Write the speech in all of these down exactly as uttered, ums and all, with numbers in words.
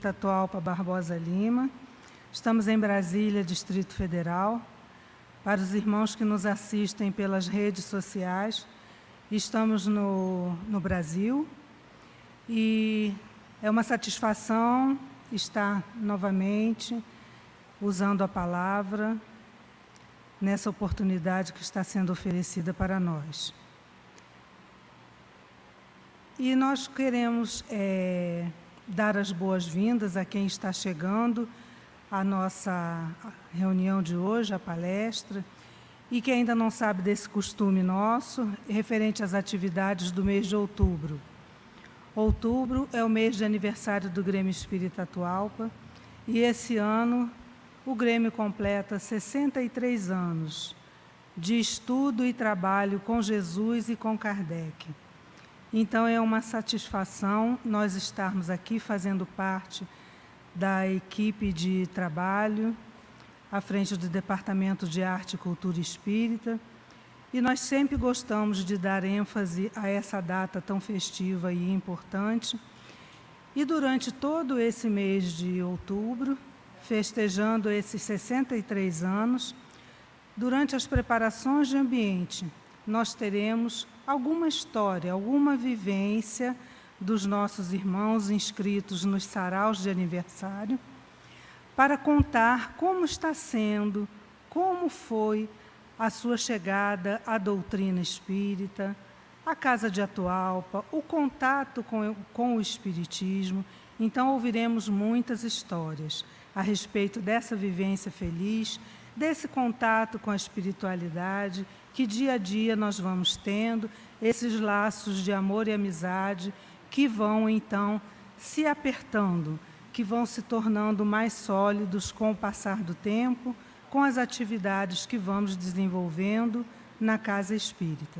Espírita Atualpa Barbosa Lima. Estamos em Brasília, Distrito Federal. Para os irmãos que nos assistem pelas redes sociais, estamos no, no Brasil e é uma satisfação estar novamente usando a palavra nessa oportunidade que está sendo oferecida para nós. E nós queremos é, dar as boas-vindas a quem está chegando à nossa reunião de hoje, a palestra, e que ainda não sabe desse costume nosso, referente às atividades do mês de outubro. Outubro é o mês de aniversário do Grêmio Espírita Atualpa, e esse ano o Grêmio completa sessenta e três anos de estudo e trabalho com Jesus e com Kardec. Então é uma satisfação nós estarmos aqui fazendo parte da equipe de trabalho, à frente do Departamento de Arte e Cultura Espírita, e nós sempre gostamos de dar ênfase a essa data tão festiva e importante. E durante todo esse mês de outubro, festejando esses sessenta e três anos, durante as preparações de ambiente, nós teremos alguma história, alguma vivência dos nossos irmãos inscritos nos saraus de aniversário, para contar como está sendo, como foi a sua chegada à doutrina espírita, à Casa de Atualpa, o contato com, com o Espiritismo. Então, ouviremos muitas histórias a respeito dessa vivência feliz, desse contato com a espiritualidade, que dia a dia nós vamos tendo, esses laços de amor e amizade que vão, então, se apertando, que vão se tornando mais sólidos com o passar do tempo, com as atividades que vamos desenvolvendo na Casa Espírita.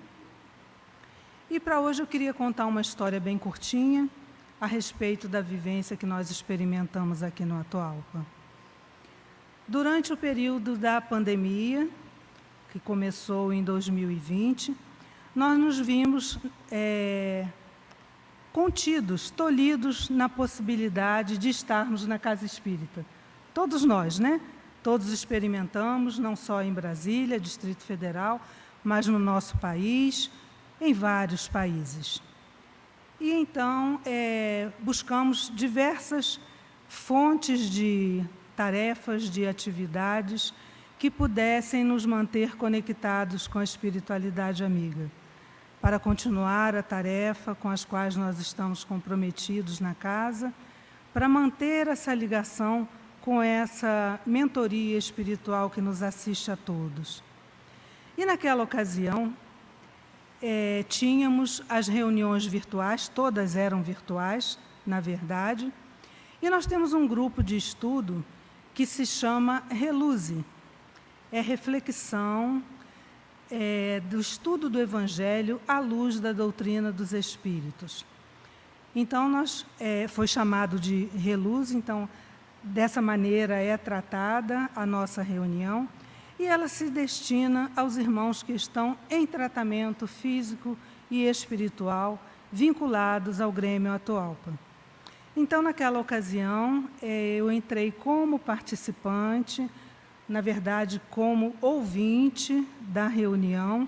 E para hoje eu queria contar uma história bem curtinha a respeito da vivência que nós experimentamos aqui no Atualpa. Durante o período da pandemia, que começou em dois mil e vinte, nós nos vimos é, contidos, tolhidos na possibilidade de estarmos na Casa Espírita. Todos nós, né? Todos experimentamos, não só em Brasília, Distrito Federal, mas no nosso país, em vários países. E então é, buscamos diversas fontes de tarefas, de atividades que pudessem nos manter conectados com a espiritualidade amiga, para continuar a tarefa com as quais nós estamos comprometidos na casa, para manter essa ligação com essa mentoria espiritual que nos assiste a todos. E naquela ocasião, é, tínhamos as reuniões virtuais, todas eram virtuais, na verdade, e nós temos um grupo de estudo que se chama Reluze, é reflexão É, do estudo do Evangelho à luz da doutrina dos Espíritos. Então, nós, é, foi chamado de Reluz, então, dessa maneira é tratada a nossa reunião, e ela se destina aos irmãos que estão em tratamento físico e espiritual, vinculados ao Grêmio Atualpa. Então, naquela ocasião, é, eu entrei como participante, na verdade, como ouvinte da reunião,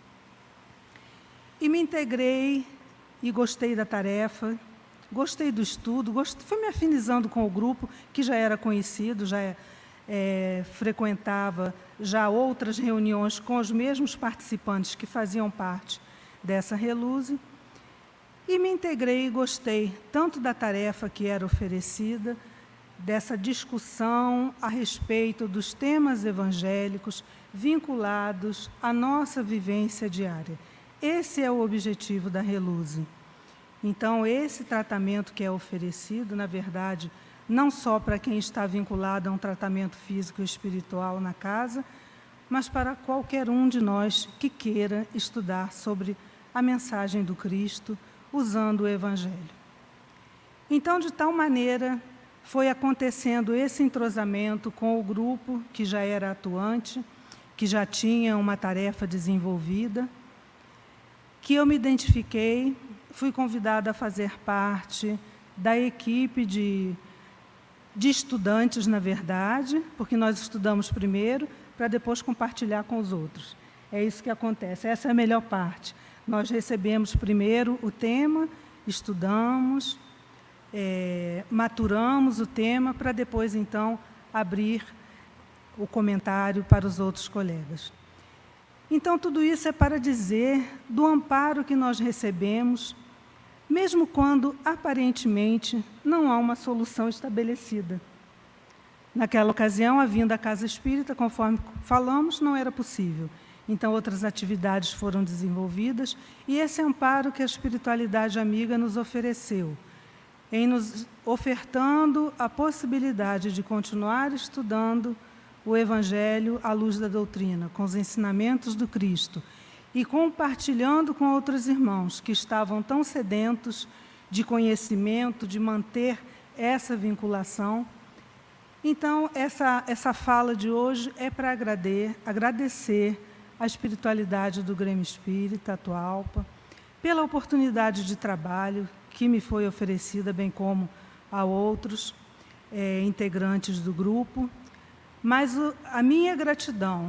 e me integrei e gostei da tarefa, gostei do estudo, gostei, fui me afinizando com o grupo, que já era conhecido, já é, é, frequentava já outras reuniões com os mesmos participantes que faziam parte dessa Reluze, e me integrei e gostei tanto da tarefa que era oferecida, dessa discussão a respeito dos temas evangélicos vinculados à nossa vivência diária. Esse é o objetivo da Reluze. Então, esse tratamento que é oferecido, na verdade, não só para quem está vinculado a um tratamento físico e espiritual na casa, mas para qualquer um de nós que queira estudar sobre a mensagem do Cristo, usando o Evangelho. Então, de tal maneira, foi acontecendo esse entrosamento com o grupo que já era atuante, que já tinha uma tarefa desenvolvida, que eu me identifiquei, fui convidada a fazer parte da equipe de, de estudantes, na verdade, porque nós estudamos primeiro para depois compartilhar com os outros. É isso que acontece, essa é a melhor parte. Nós recebemos primeiro o tema, estudamos, é, maturamos o tema, para depois, então, abrir o comentário para os outros colegas. Então, tudo isso é para dizer do amparo que nós recebemos, mesmo quando, aparentemente, não há uma solução estabelecida. Naquela ocasião, a vinda à Casa Espírita, conforme falamos, não era possível. Então, outras atividades foram desenvolvidas, e esse amparo que a espiritualidade amiga nos ofereceu, em nos ofertando a possibilidade de continuar estudando o Evangelho à luz da doutrina, com os ensinamentos do Cristo, e compartilhando com outros irmãos que estavam tão sedentos de conhecimento, de manter essa vinculação. Então, essa, essa fala de hoje é para agradecer a espiritualidade do Grêmio Espírita Atualpa, pela oportunidade de trabalho que me foi oferecida, bem como a outros é, integrantes do grupo. Mas o, a minha gratidão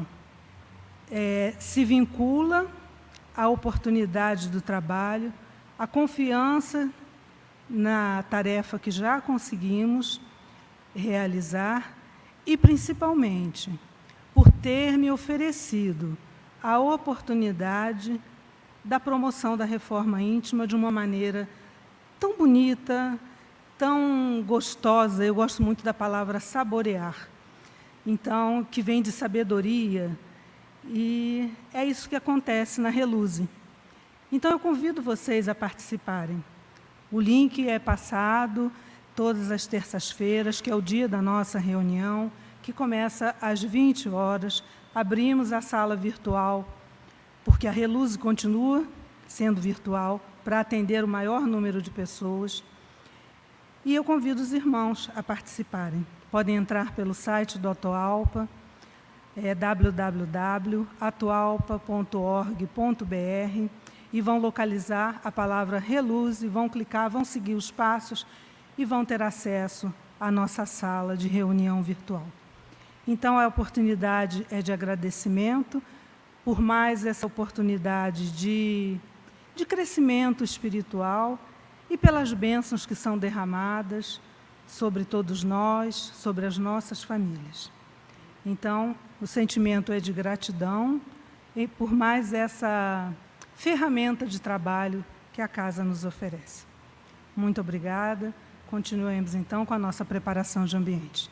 é, se vincula à oportunidade do trabalho, à confiança na tarefa que já conseguimos realizar e, principalmente, por ter me oferecido a oportunidade da promoção da reforma íntima de uma maneira tão bonita, tão gostosa. Eu gosto muito da palavra saborear. Então, que vem de sabedoria, e é isso que acontece na Reluze. Então, eu convido vocês a participarem. O link é passado todas as terças-feiras, que é o dia da nossa reunião, que começa às vinte horas. Abrimos a sala virtual, porque a Reluze continua sendo virtual, para atender o maior número de pessoas. E eu convido os irmãos a participarem. Podem entrar pelo site do Atualpa, é w w w ponto atualpa ponto org ponto b r, e vão localizar a palavra Reluze, vão clicar, vão seguir os passos e vão ter acesso à nossa sala de reunião virtual. Então, a oportunidade é de agradecimento por mais essa oportunidade de, de crescimento espiritual e pelas bênçãos que são derramadas sobre todos nós, sobre as nossas famílias. Então, o sentimento é de gratidão e por mais essa ferramenta de trabalho que a Casa nos oferece. Muito obrigada. Continuemos, então, com a nossa preparação de ambiente.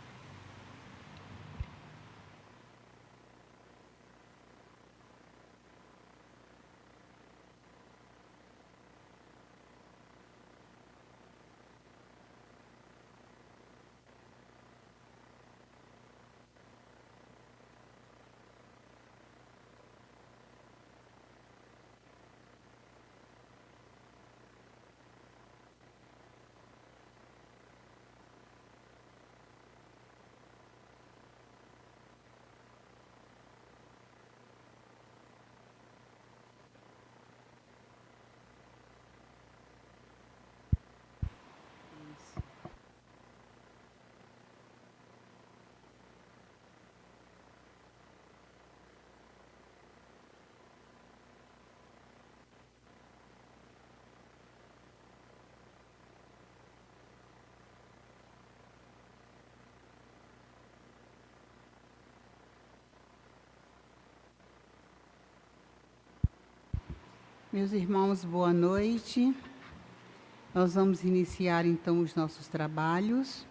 Meus irmãos, boa noite. Nós vamos iniciar, então, os nossos trabalhos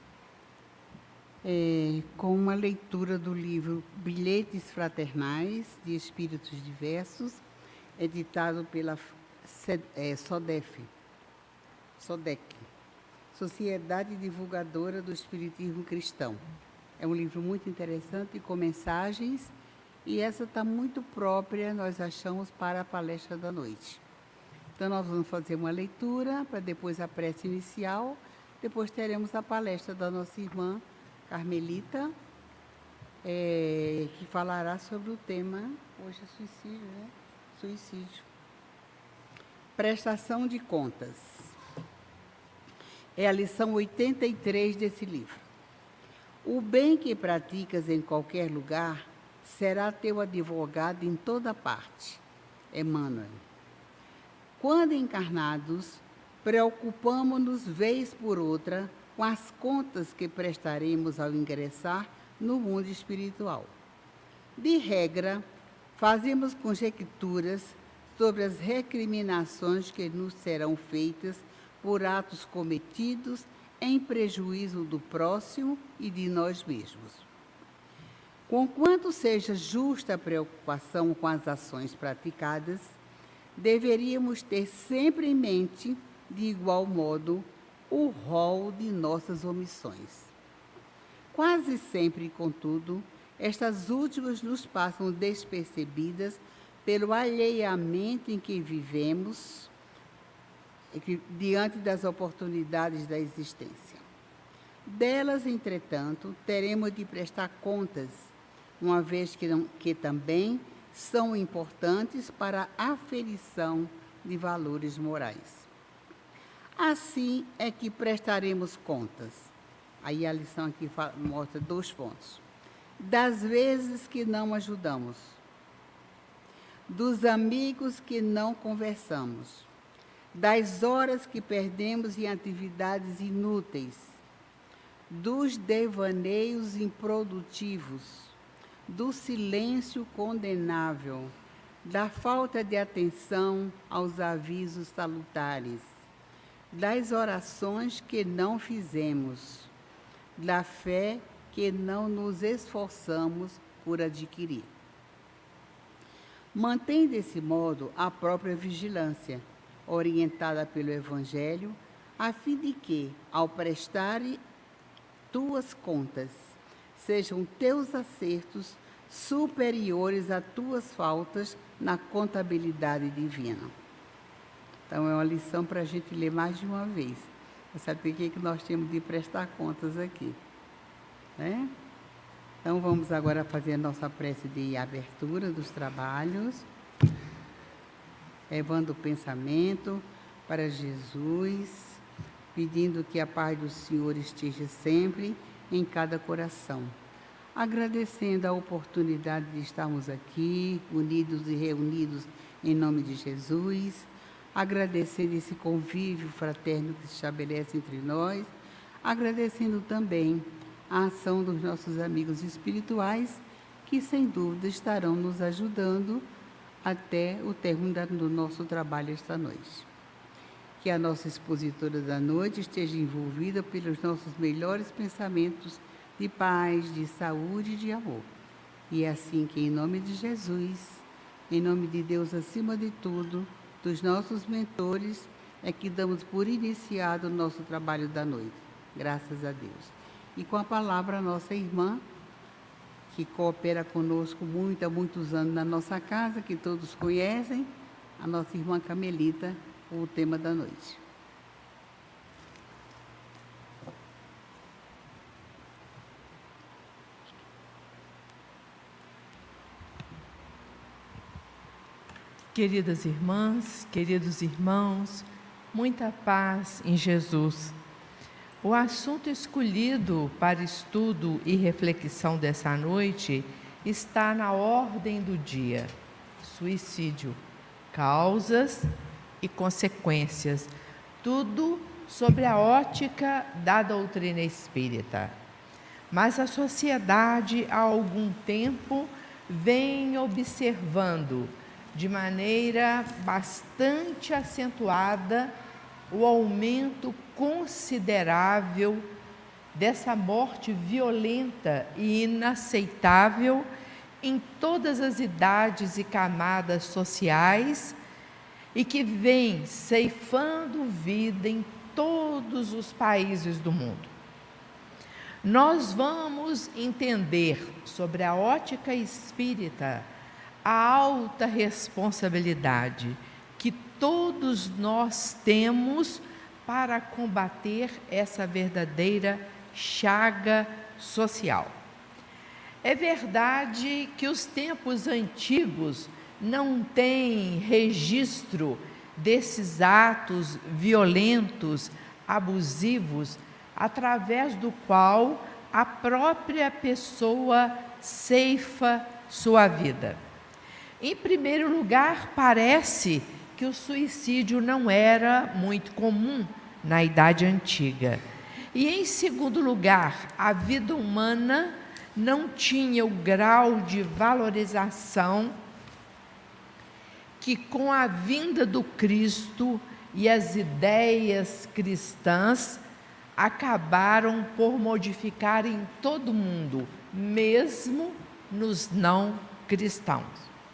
é, com uma leitura do livro Bilhetes Fraternais de Espíritos Diversos, editado pela é, SODEF, SODEC, Sociedade Divulgadora do Espiritismo Cristão. É um livro muito interessante, com mensagens, e essa está muito própria, nós achamos, para a palestra da noite. Então, nós vamos fazer uma leitura, para depois a prece inicial, depois teremos a palestra da nossa irmã Carmelita, é, que falará sobre o tema, hoje é suicídio, né? Suicídio. Prestação de contas. É a lição oitenta e três desse livro. O bem que praticas em qualquer lugar será teu advogado em toda parte. Emmanuel. Quando encarnados, preocupamo-nos vez por outra com as contas que prestaremos ao ingressar no mundo espiritual. De regra, fazemos conjecturas sobre as recriminações que nos serão feitas por atos cometidos em prejuízo do próximo e de nós mesmos. Conquanto seja justa a preocupação com as ações praticadas, deveríamos ter sempre em mente, de igual modo, o rol de nossas omissões. Quase sempre, contudo, estas últimas nos passam despercebidas pelo alheamento em que vivemos diante das oportunidades da existência. Delas, entretanto, teremos de prestar contas, uma vez que, não, que também são importantes para a aferição de valores morais. Assim é que prestaremos contas. Aí a lição aqui mostra dois pontos. Das vezes que não ajudamos, dos amigos que não conversamos, das horas que perdemos em atividades inúteis, dos devaneios improdutivos, do silêncio condenável, da falta de atenção aos avisos salutares, das orações que não fizemos, da fé que não nos esforçamos por adquirir. Mantém desse modo a própria vigilância, orientada pelo Evangelho, a fim de que, ao prestar tuas contas, sejam teus acertos superiores a tuas faltas na contabilidade divina. Então, é uma lição para a gente ler mais de uma vez, para saber o que, que nós temos de prestar contas aqui. Né? Então, vamos agora fazer a nossa prece de abertura dos trabalhos, levando o pensamento para Jesus, pedindo que a paz do Senhor esteja sempre em cada coração. Agradecendo a oportunidade de estarmos aqui, unidos e reunidos em nome de Jesus, agradecendo esse convívio fraterno que se estabelece entre nós, agradecendo também a ação dos nossos amigos espirituais, que sem dúvida estarão nos ajudando até o término do nosso trabalho esta noite. Que a nossa expositora da noite esteja envolvida pelos nossos melhores pensamentos de paz, de saúde e de amor. E é assim que, em nome de Jesus, em nome de Deus acima de tudo, dos nossos mentores, é que damos por iniciado o nosso trabalho da noite. Graças a Deus. E com a palavra, a nossa irmã, que coopera conosco muito, há muitos anos na nossa casa, que todos conhecem, a nossa irmã Camelita, o tema da noite. Queridas irmãs, queridos irmãos, muita paz em Jesus. O assunto escolhido para estudo e reflexão dessa noite está na ordem do dia: suicídio, causas e consequências, tudo sobre a ótica da doutrina espírita. Mas a sociedade, há algum tempo, vem observando de maneira bastante acentuada o aumento considerável dessa morte violenta e inaceitável em todas as idades e camadas sociais e que vem ceifando vida em todos os países do mundo. Nós vamos entender sobre a ótica espírita a alta responsabilidade que todos nós temos para combater essa verdadeira chaga social. É verdade que os tempos antigos não têm registro desses atos violentos abusivos, através do qual a própria pessoa ceifa sua vida. Em primeiro lugar, parece que o suicídio não era muito comum na Idade Antiga. E, em segundo lugar, a vida humana não tinha o grau de valorização que, com a vinda do Cristo e as ideias cristãs, acabaram por modificar em todo mundo, mesmo nos não cristãos.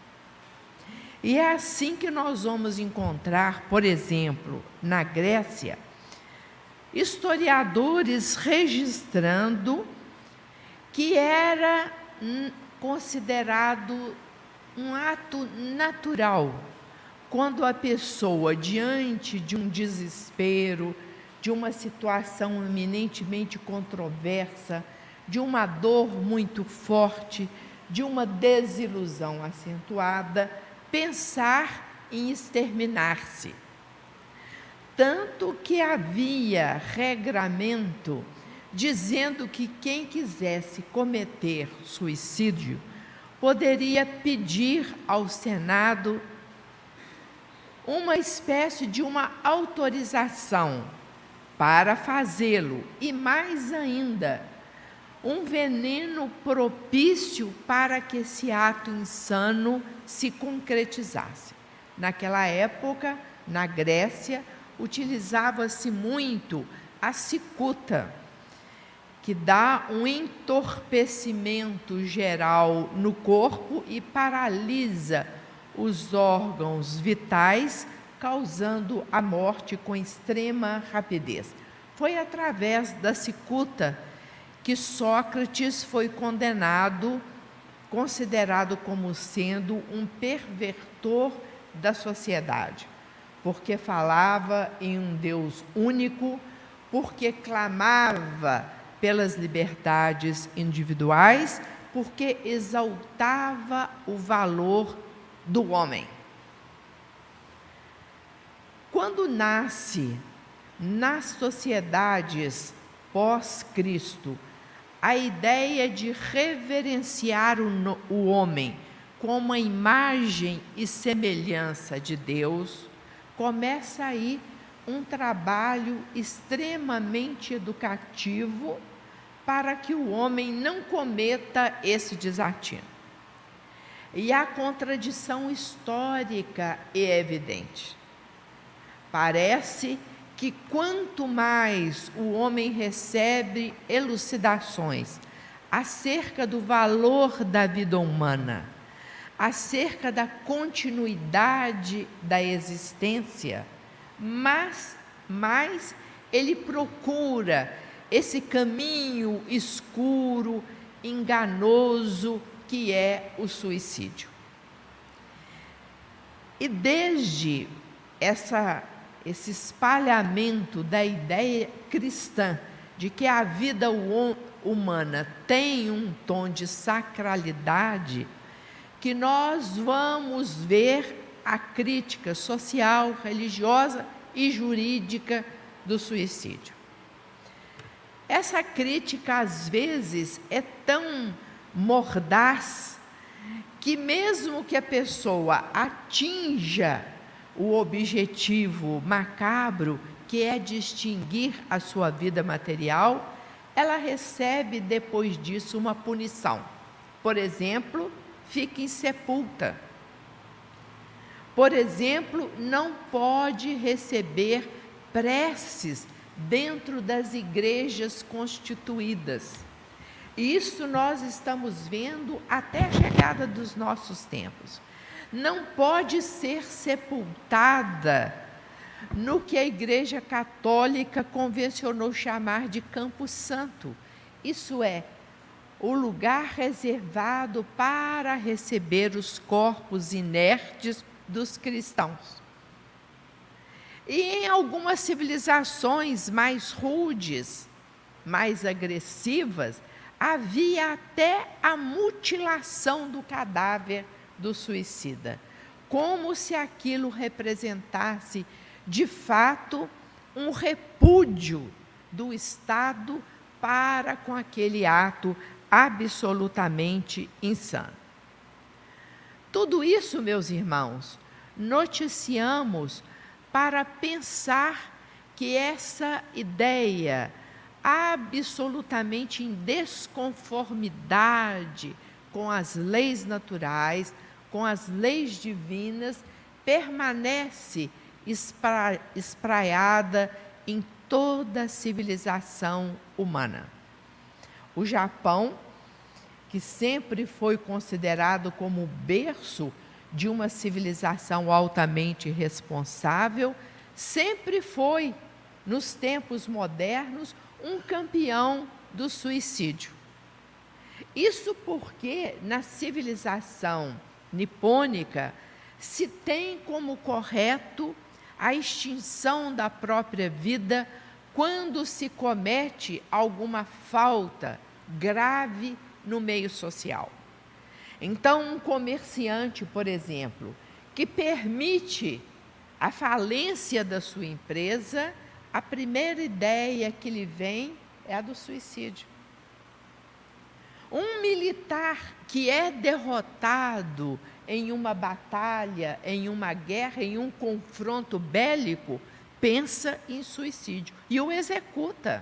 E é assim que nós vamos encontrar, por exemplo, na Grécia, historiadores registrando que era considerado um ato natural quando a pessoa, diante de um desespero, de uma situação eminentemente controversa, de uma dor muito forte, de uma desilusão acentuada, pensar em exterminar-se. Tanto que havia regramento dizendo que quem quisesse cometer suicídio poderia pedir ao Senado uma espécie de uma autorização para fazê-lo, e mais ainda, um veneno propício para que esse ato insano se concretizasse. Naquela época, na Grécia, utilizava-se muito a cicuta, que dá um entorpecimento geral no corpo e paralisa os órgãos vitais, causando a morte com extrema rapidez. Foi através da cicuta que Sócrates foi condenado, considerado como sendo um pervertor da sociedade, porque falava em um Deus único, porque clamava pelas liberdades individuais, porque exaltava o valor do homem. Quando nasce nas sociedades pós-Cristo a ideia de reverenciar o, no, o homem como a imagem e semelhança de Deus, começa aí um trabalho extremamente educativo para que o homem não cometa esse desatino. E a contradição histórica é evidente. Parece que quanto mais o homem recebe elucidações acerca do valor da vida humana, acerca da continuidade da existência, mas mais ele procura esse caminho escuro, enganoso, que é o suicídio. E desde essa, esse espalhamento da ideia cristã de que a vida humana tem um tom de sacralidade, que nós vamos ver a crítica social, religiosa e jurídica do suicídio. Essa crítica, às vezes, é tão mordaz que, mesmo que a pessoa atinja o objetivo macabro, que é distinguir a sua vida material, ela recebe depois disso uma punição. Por exemplo, fica insepulta. Por exemplo, não pode receber preces dentro das igrejas constituídas. Isso nós estamos vendo até a chegada dos nossos tempos. Não pode ser sepultada no que a Igreja Católica convencionou chamar de Campo Santo. Isso é, o lugar reservado para receber os corpos inertes dos cristãos. E em algumas civilizações mais rudes, mais agressivas, havia até a mutilação do cadáver do suicida, como se aquilo representasse, de fato, um repúdio do Estado para com aquele ato absolutamente insano. Tudo isso, meus irmãos, noticiamos para pensar que essa ideia absolutamente em desconformidade com as leis naturais, com as leis divinas, permanece espra- espraiada em toda a civilização humana. O Japão, que sempre foi considerado como o berço de uma civilização altamente responsável, sempre foi, nos tempos modernos, um campeão do suicídio. Isso porque na civilização nipônica se tem como correto a extinção da própria vida quando se comete alguma falta grave no meio social. Então, um comerciante, por exemplo, que permite a falência da sua empresa, a primeira ideia que lhe vem é a do suicídio. Um militar que é derrotado em uma batalha, em uma guerra, em um confronto bélico, pensa em suicídio e o executa.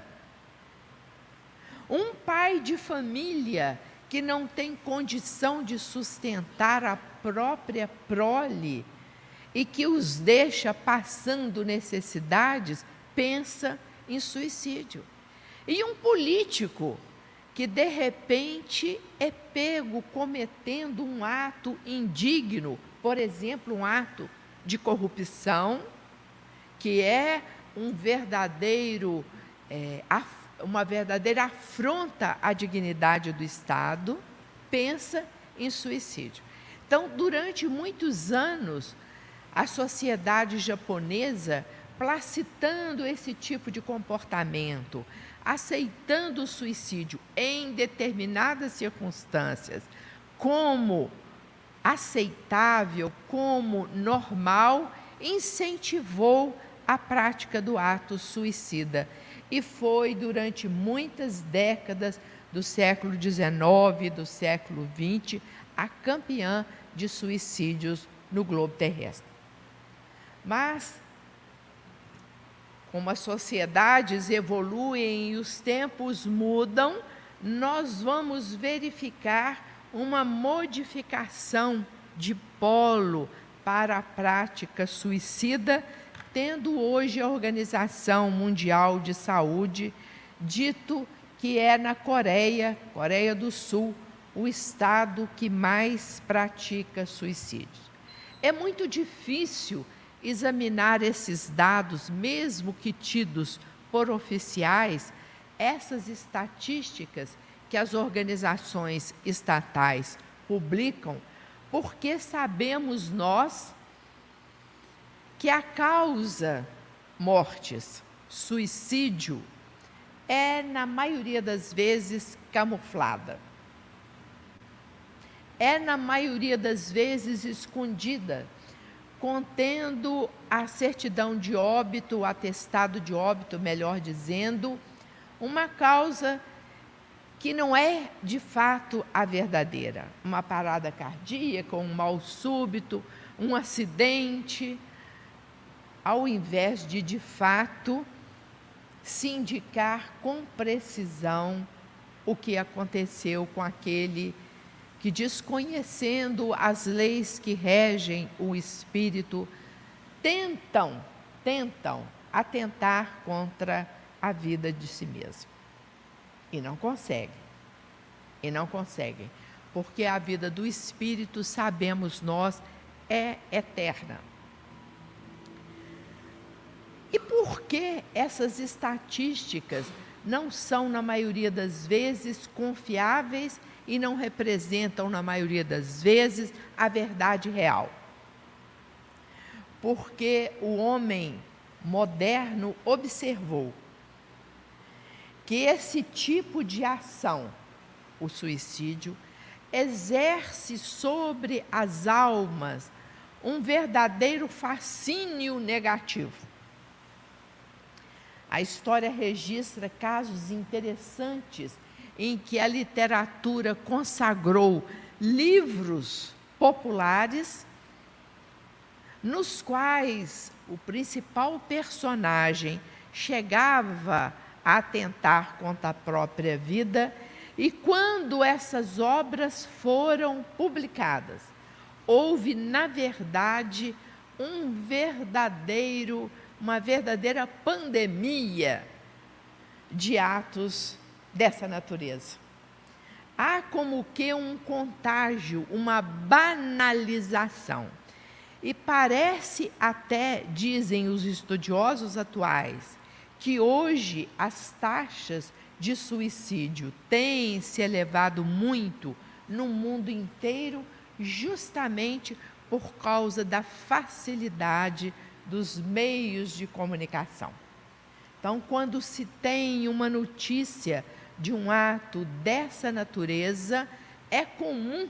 Um pai de família que não tem condição de sustentar a própria prole e que os deixa passando necessidades, pensa em suicídio. E um político que, de repente, é pego cometendo um ato indigno, por exemplo, um ato de corrupção, que é um verdadeiro, é, uma verdadeira afronta à dignidade do Estado, pensa em suicídio. Então, durante muitos anos, a sociedade japonesa, placitando esse tipo de comportamento, aceitando o suicídio em determinadas circunstâncias como aceitável, como normal, incentivou a prática do ato suicida. E foi durante muitas décadas do século dezenove e do século vinte a campeã de suicídios no globo terrestre. Mas, como as sociedades evoluem e os tempos mudam, nós vamos verificar uma modificação de polo para a prática suicida, tendo hoje a Organização Mundial de Saúde dito que é na Coreia, Coreia do Sul, o estado que mais pratica suicídios. É muito difícil examinar esses dados, mesmo que tidos por oficiais, essas estatísticas que as organizações estatais publicam, porque sabemos nós que a causa mortes, suicídio, é, na maioria das vezes, camuflada. É, na maioria das vezes, escondida, contendo a certidão de óbito, o atestado de óbito, melhor dizendo, uma causa que não é, de fato, a verdadeira. Uma parada cardíaca, um mal súbito, um acidente, ao invés de, de fato, se indicar com precisão o que aconteceu com aquele que, desconhecendo as leis que regem o espírito, tentam, tentam atentar contra a vida de si mesmo. E não conseguem. E não conseguem. Porque a vida do espírito, sabemos nós, é eterna. E por que essas estatísticas não são, na maioria das vezes, confiáveis e não representam, na maioria das vezes, a verdade real? Porque o homem moderno observou que esse tipo de ação, o suicídio, exerce sobre as almas um verdadeiro fascínio negativo. A história registra casos interessantes em que a literatura consagrou livros populares nos quais o principal personagem chegava a atentar contra a própria vida, e quando essas obras foram publicadas, houve, na verdade, um verdadeiro, uma verdadeira pandemia de atos dessa natureza. Há como que um contágio, uma banalização. E parece até, dizem os estudiosos atuais, que hoje as taxas de suicídio têm se elevado muito no mundo inteiro, justamente por causa da facilidade dos meios de comunicação. Então, quando se tem uma notícia de um ato dessa natureza, é comum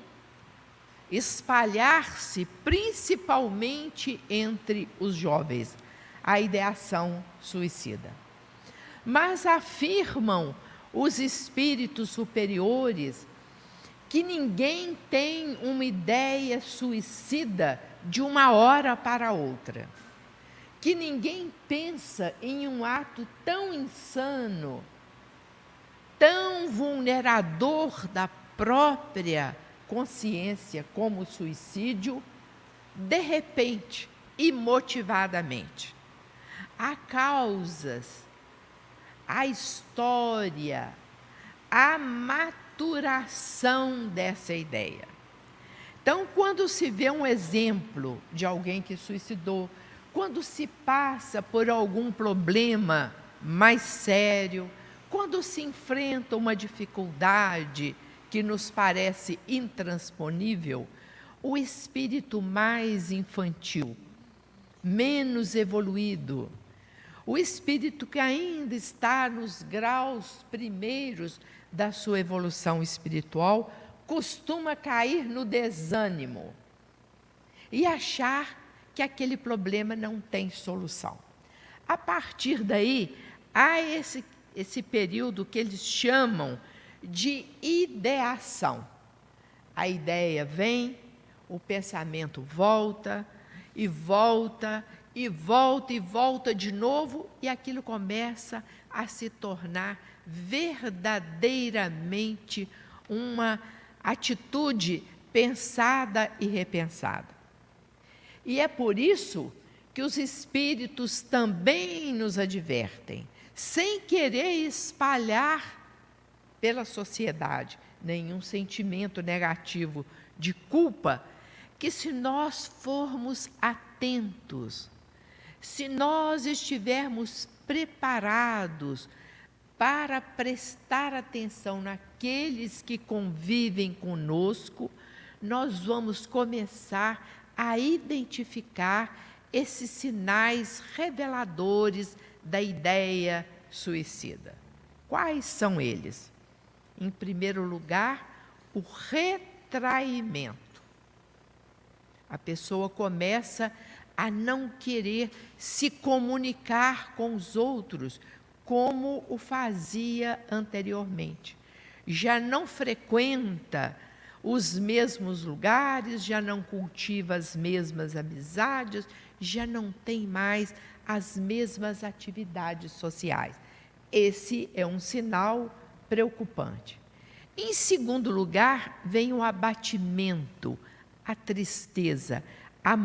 espalhar-se, principalmente entre os jovens, a ideação suicida. Mas afirmam os espíritos superiores que ninguém tem uma ideia suicida de uma hora para outra, que ninguém pensa em um ato tão insano, tão vulnerador da própria consciência como o suicídio, de repente, imotivadamente. Há causas, a história, a maturação dessa ideia. Então, quando se vê um exemplo de alguém que suicidou, quando se passa por algum problema mais sério, quando se enfrenta uma dificuldade que nos parece intransponível, o espírito mais infantil, menos evoluído, o espírito que ainda está nos graus primeiros da sua evolução espiritual, costuma cair no desânimo e achar que aquele problema não tem solução. A partir daí, há esse, esse período que eles chamam de ideação. A ideia vem, o pensamento volta, e volta, e volta, e volta de novo, e aquilo começa a se tornar verdadeiramente uma atitude pensada e repensada. E é por isso que os espíritos também nos advertem, sem querer espalhar pela sociedade nenhum sentimento negativo de culpa, que se nós formos atentos, se nós estivermos preparados para prestar atenção naqueles que convivem conosco, nós vamos começar a identificar esses sinais reveladores da ideia suicida. Quais são eles? Em primeiro lugar, o retraimento. A pessoa começa a não querer se comunicar com os outros como o fazia anteriormente. Já não frequenta os mesmos lugares, já não cultiva as mesmas amizades, já não tem mais as mesmas atividades sociais. Esse é um sinal preocupante. Em segundo lugar, vem o abatimento, a tristeza, a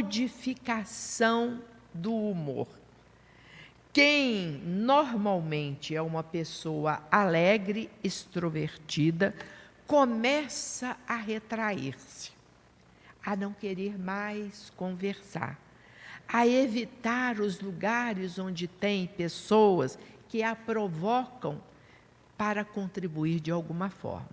modificação do humor. Quem normalmente é uma pessoa alegre, extrovertida, começa a retrair-se, a não querer mais conversar, a evitar os lugares onde tem pessoas que a provocam para contribuir de alguma forma.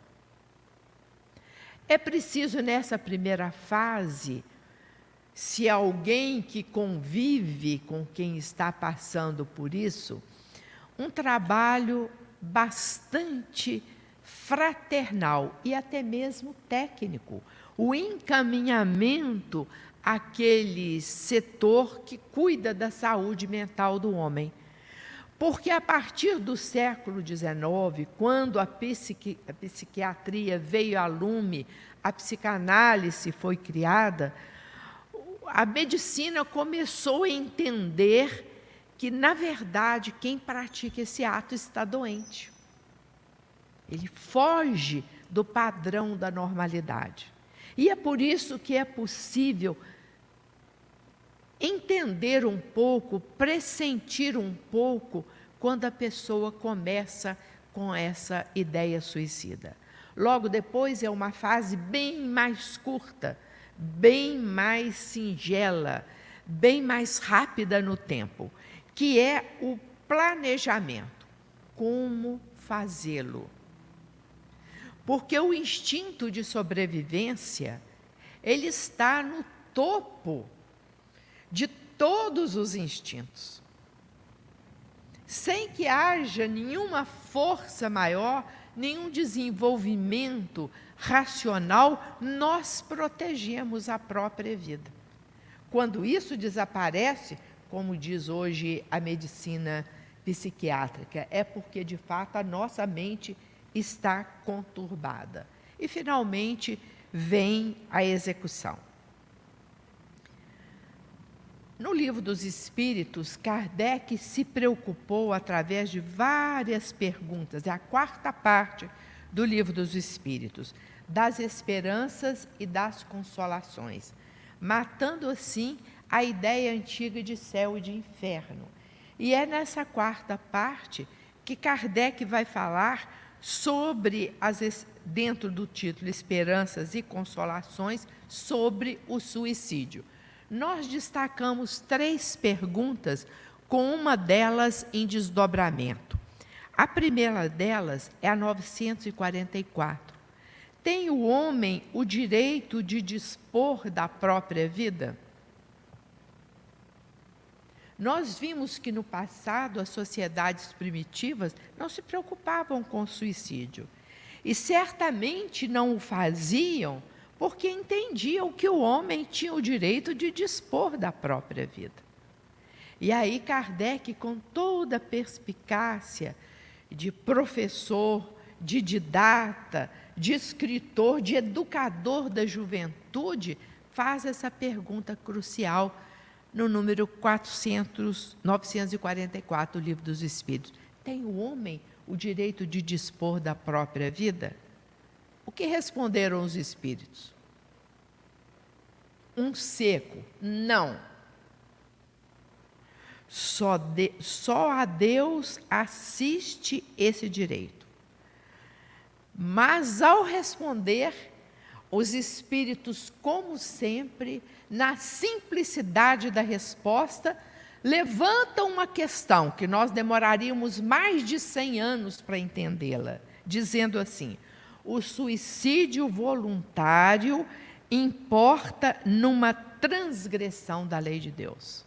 É preciso, nessa primeira fase, se alguém que convive com quem está passando por isso, um trabalho bastante fraternal e até mesmo técnico, o encaminhamento àquele setor que cuida da saúde mental do homem. Porque a partir do século dezenove, quando a, psiqui, a psiquiatria veio a lume, a psicanálise foi criada, a medicina começou a entender que, na verdade, quem pratica esse ato está doente. Ele foge do padrão da normalidade. E é por isso que é possível entender um pouco, pressentir um pouco, quando a pessoa começa com essa ideia suicida. Logo depois é uma fase bem mais curta, bem mais singela, bem mais rápida no tempo, que é o planejamento. Como fazê-lo? Porque o instinto de sobrevivência, ele está no topo de todos os instintos. Sem que haja nenhuma força maior, nenhum desenvolvimento racional, nós protegemos a própria vida. Quando isso desaparece, como diz hoje a medicina psiquiátrica, é porque, de fato, a nossa mente está conturbada. E, finalmente, vem a execução. No Livro dos Espíritos, Kardec se preocupou, através de várias perguntas, é a quarta parte do Livro dos Espíritos, das esperanças e das consolações, matando assim a ideia antiga de céu e de inferno. E é nessa quarta parte que Kardec vai falar sobre, as, dentro do título Esperanças e Consolações, sobre o suicídio. Nós destacamos três perguntas, com uma delas em desdobramento. A primeira delas é a novecentos e quarenta e quatro. Tem o homem o direito de dispor da própria vida? Nós vimos que no passado as sociedades primitivas não se preocupavam com o suicídio. E certamente não o faziam porque entendiam que o homem tinha o direito de dispor da própria vida. E aí Kardec, com toda a perspicácia de professor, de didata, de escritor, de educador da juventude, faz essa pergunta crucial no número quatrocentos, novecentos e quarenta e quatro do Livro dos Espíritos. Tem o homem o direito de dispor da própria vida? O que responderam os espíritos? Um seco, não. Só, de, só a Deus assiste esse direito. Mas, ao responder, os espíritos, como sempre, na simplicidade da resposta, levantam uma questão que nós demoraríamos mais de cem anos para entendê-la, dizendo assim: o suicídio voluntário importa numa transgressão da lei de Deus.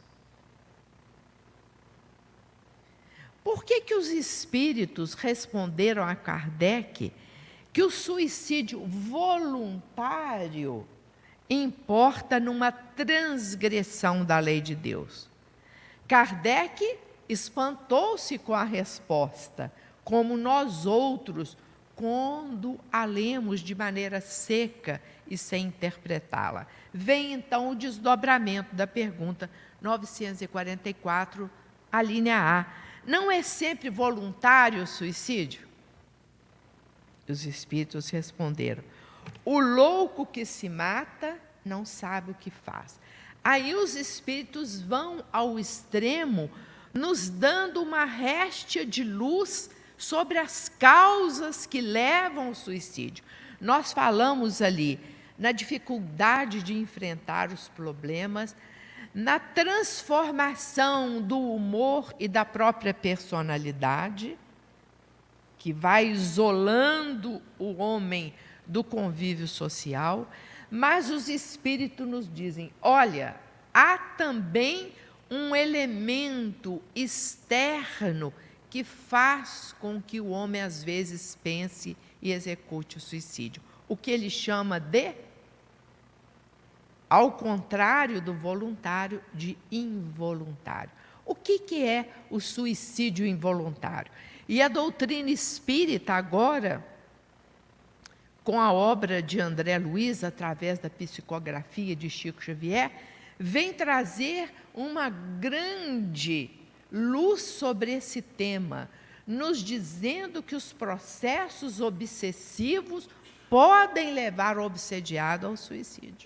Por que que os espíritos responderam a Kardec que o suicídio voluntário importa numa transgressão da lei de Deus? Kardec espantou-se com a resposta, como nós outros, quando a lemos de maneira seca e sem interpretá-la. Vem então o desdobramento da pergunta novecentos e quarenta e quatro, a linha A. Não é sempre voluntário o suicídio? Os espíritos responderam: o louco que se mata não sabe o que faz. Aí os espíritos vão ao extremo, nos dando uma réstia de luz sobre as causas que levam ao suicídio. Nós falamos ali na dificuldade de enfrentar os problemas, na transformação do humor e da própria personalidade, que vai isolando o homem do convívio social, mas os espíritos nos dizem: olha, há também um elemento externo que faz com que o homem, às vezes, pense e execute o suicídio. O que ele chama de, ao contrário do voluntário, de involuntário. O que, que é o suicídio involuntário? E a doutrina espírita agora, com a obra de André Luiz, através da psicografia de Chico Xavier, vem trazer uma grande luz sobre esse tema, nos dizendo que os processos obsessivos podem levar o obsediado ao suicídio.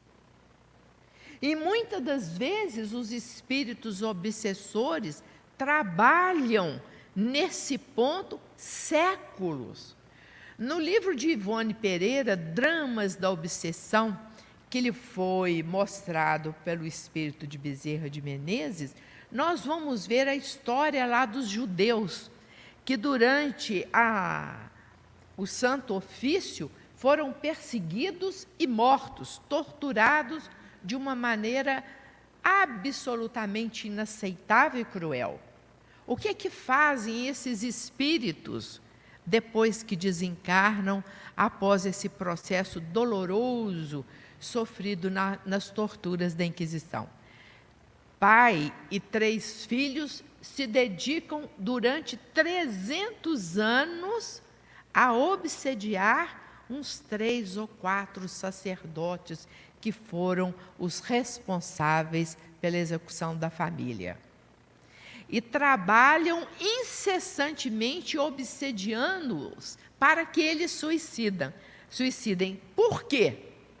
E muitas das vezes os espíritos obsessores trabalham nesse ponto séculos. No livro de Ivone Pereira, Dramas da Obsessão, que lhe foi mostrado pelo espírito de Bezerra de Menezes, nós vamos ver a história lá dos judeus, que durante a, o Santo Ofício foram perseguidos e mortos, torturados de uma maneira absolutamente inaceitável e cruel. O que é que fazem esses espíritos depois que desencarnam, após esse processo doloroso sofrido na, nas torturas da Inquisição? Pai e três filhos se dedicam durante trezentos anos a obsediar uns três ou quatro sacerdotes que foram os responsáveis pela execução da família. E trabalham incessantemente obsediando-os para que eles suicidam. suicidem. Por quê?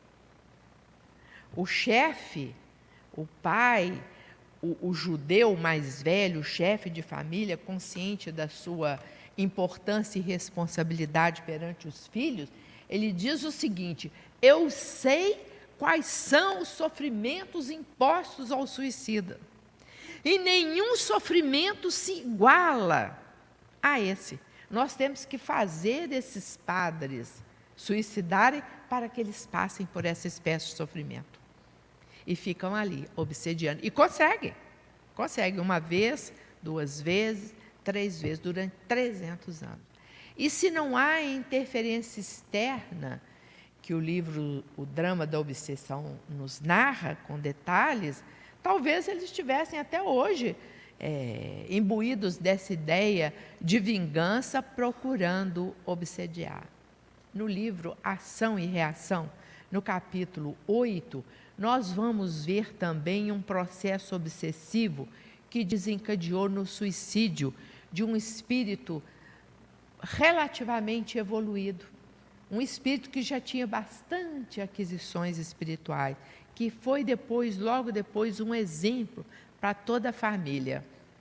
O chefe, o pai, o, o judeu mais velho, o chefe de família, consciente da sua importância e responsabilidade perante os filhos, ele diz o seguinte: eu sei quais são os sofrimentos impostos ao suicida, e nenhum sofrimento se iguala a esse. Nós temos que fazer esses padres suicidarem para que eles passem por essa espécie de sofrimento. E ficam ali, obsediando. E conseguem. Conseguem uma vez, duas vezes, três vezes, durante trezentos anos. E se não há interferência externa, que o livro O Drama da Obsessão nos narra com detalhes, talvez eles estivessem até hoje é, imbuídos dessa ideia de vingança, procurando obsediar. No livro Ação e Reação, no capítulo oito, nós vamos ver também um processo obsessivo que desencadeou no suicídio de um espírito relativamente evoluído, um espírito que já tinha bastante aquisições espirituais, que foi depois, logo depois, um exemplo para toda a família.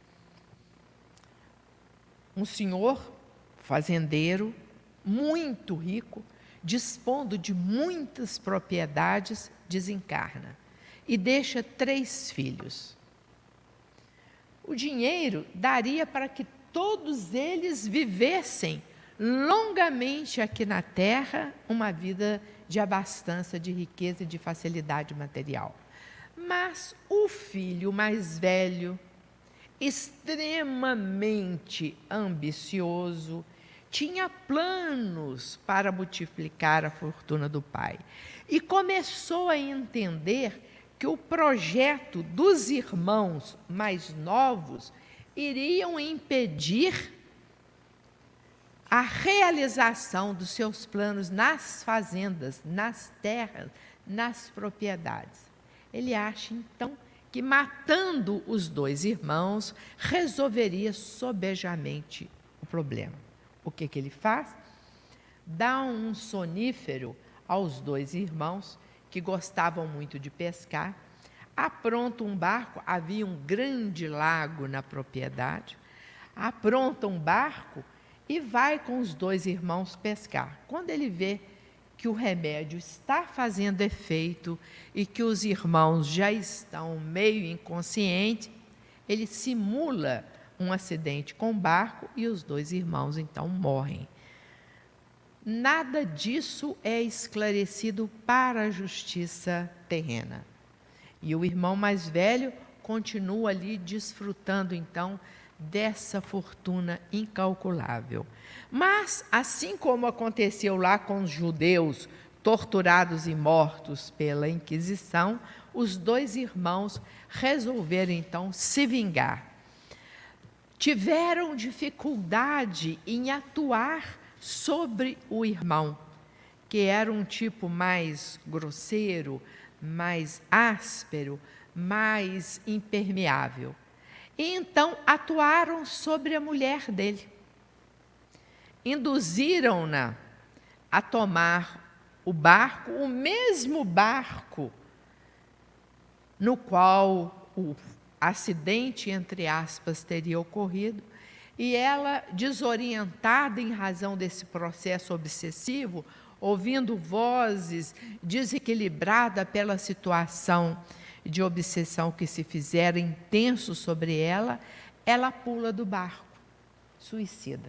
Um senhor fazendeiro, muito rico, dispondo de muitas propriedades, desencarna e deixa três filhos. O dinheiro daria para que todos eles vivessem longamente aqui na Terra uma vida de abastança, de riqueza e de facilidade material. Mas o filho mais velho, extremamente ambicioso, tinha planos para multiplicar a fortuna do pai e começou a entender que o projeto dos irmãos mais novos iriam impedir a realização dos seus planos nas fazendas, nas terras, nas propriedades. Ele acha, então, que matando os dois irmãos resolveria sobejamente o problema. O que, que ele faz? Dá um sonífero aos dois irmãos, que gostavam muito de pescar, apronta um barco, havia um grande lago na propriedade, apronta um barco e vai com os dois irmãos pescar. Quando ele vê que o remédio está fazendo efeito e que os irmãos já estão meio inconscientes, ele simula um acidente com o barco e os dois irmãos então morrem. Nada disso é esclarecido para a justiça terrena. E o irmão mais velho continua ali desfrutando então dessa fortuna incalculável. Mas, assim como aconteceu lá com os judeus torturados e mortos pela Inquisição, os dois irmãos resolveram então se vingar. Tiveram dificuldade em atuar sobre o irmão, que era um tipo mais grosseiro, mais áspero, mais impermeável. E então atuaram sobre a mulher dele. Induziram-na a tomar o barco, o mesmo barco no qual o acidente, entre aspas, teria ocorrido, e ela, desorientada em razão desse processo obsessivo, ouvindo vozes, desequilibrada pela situação de obsessão que se fizera intenso sobre ela, ela pula do barco, suicida.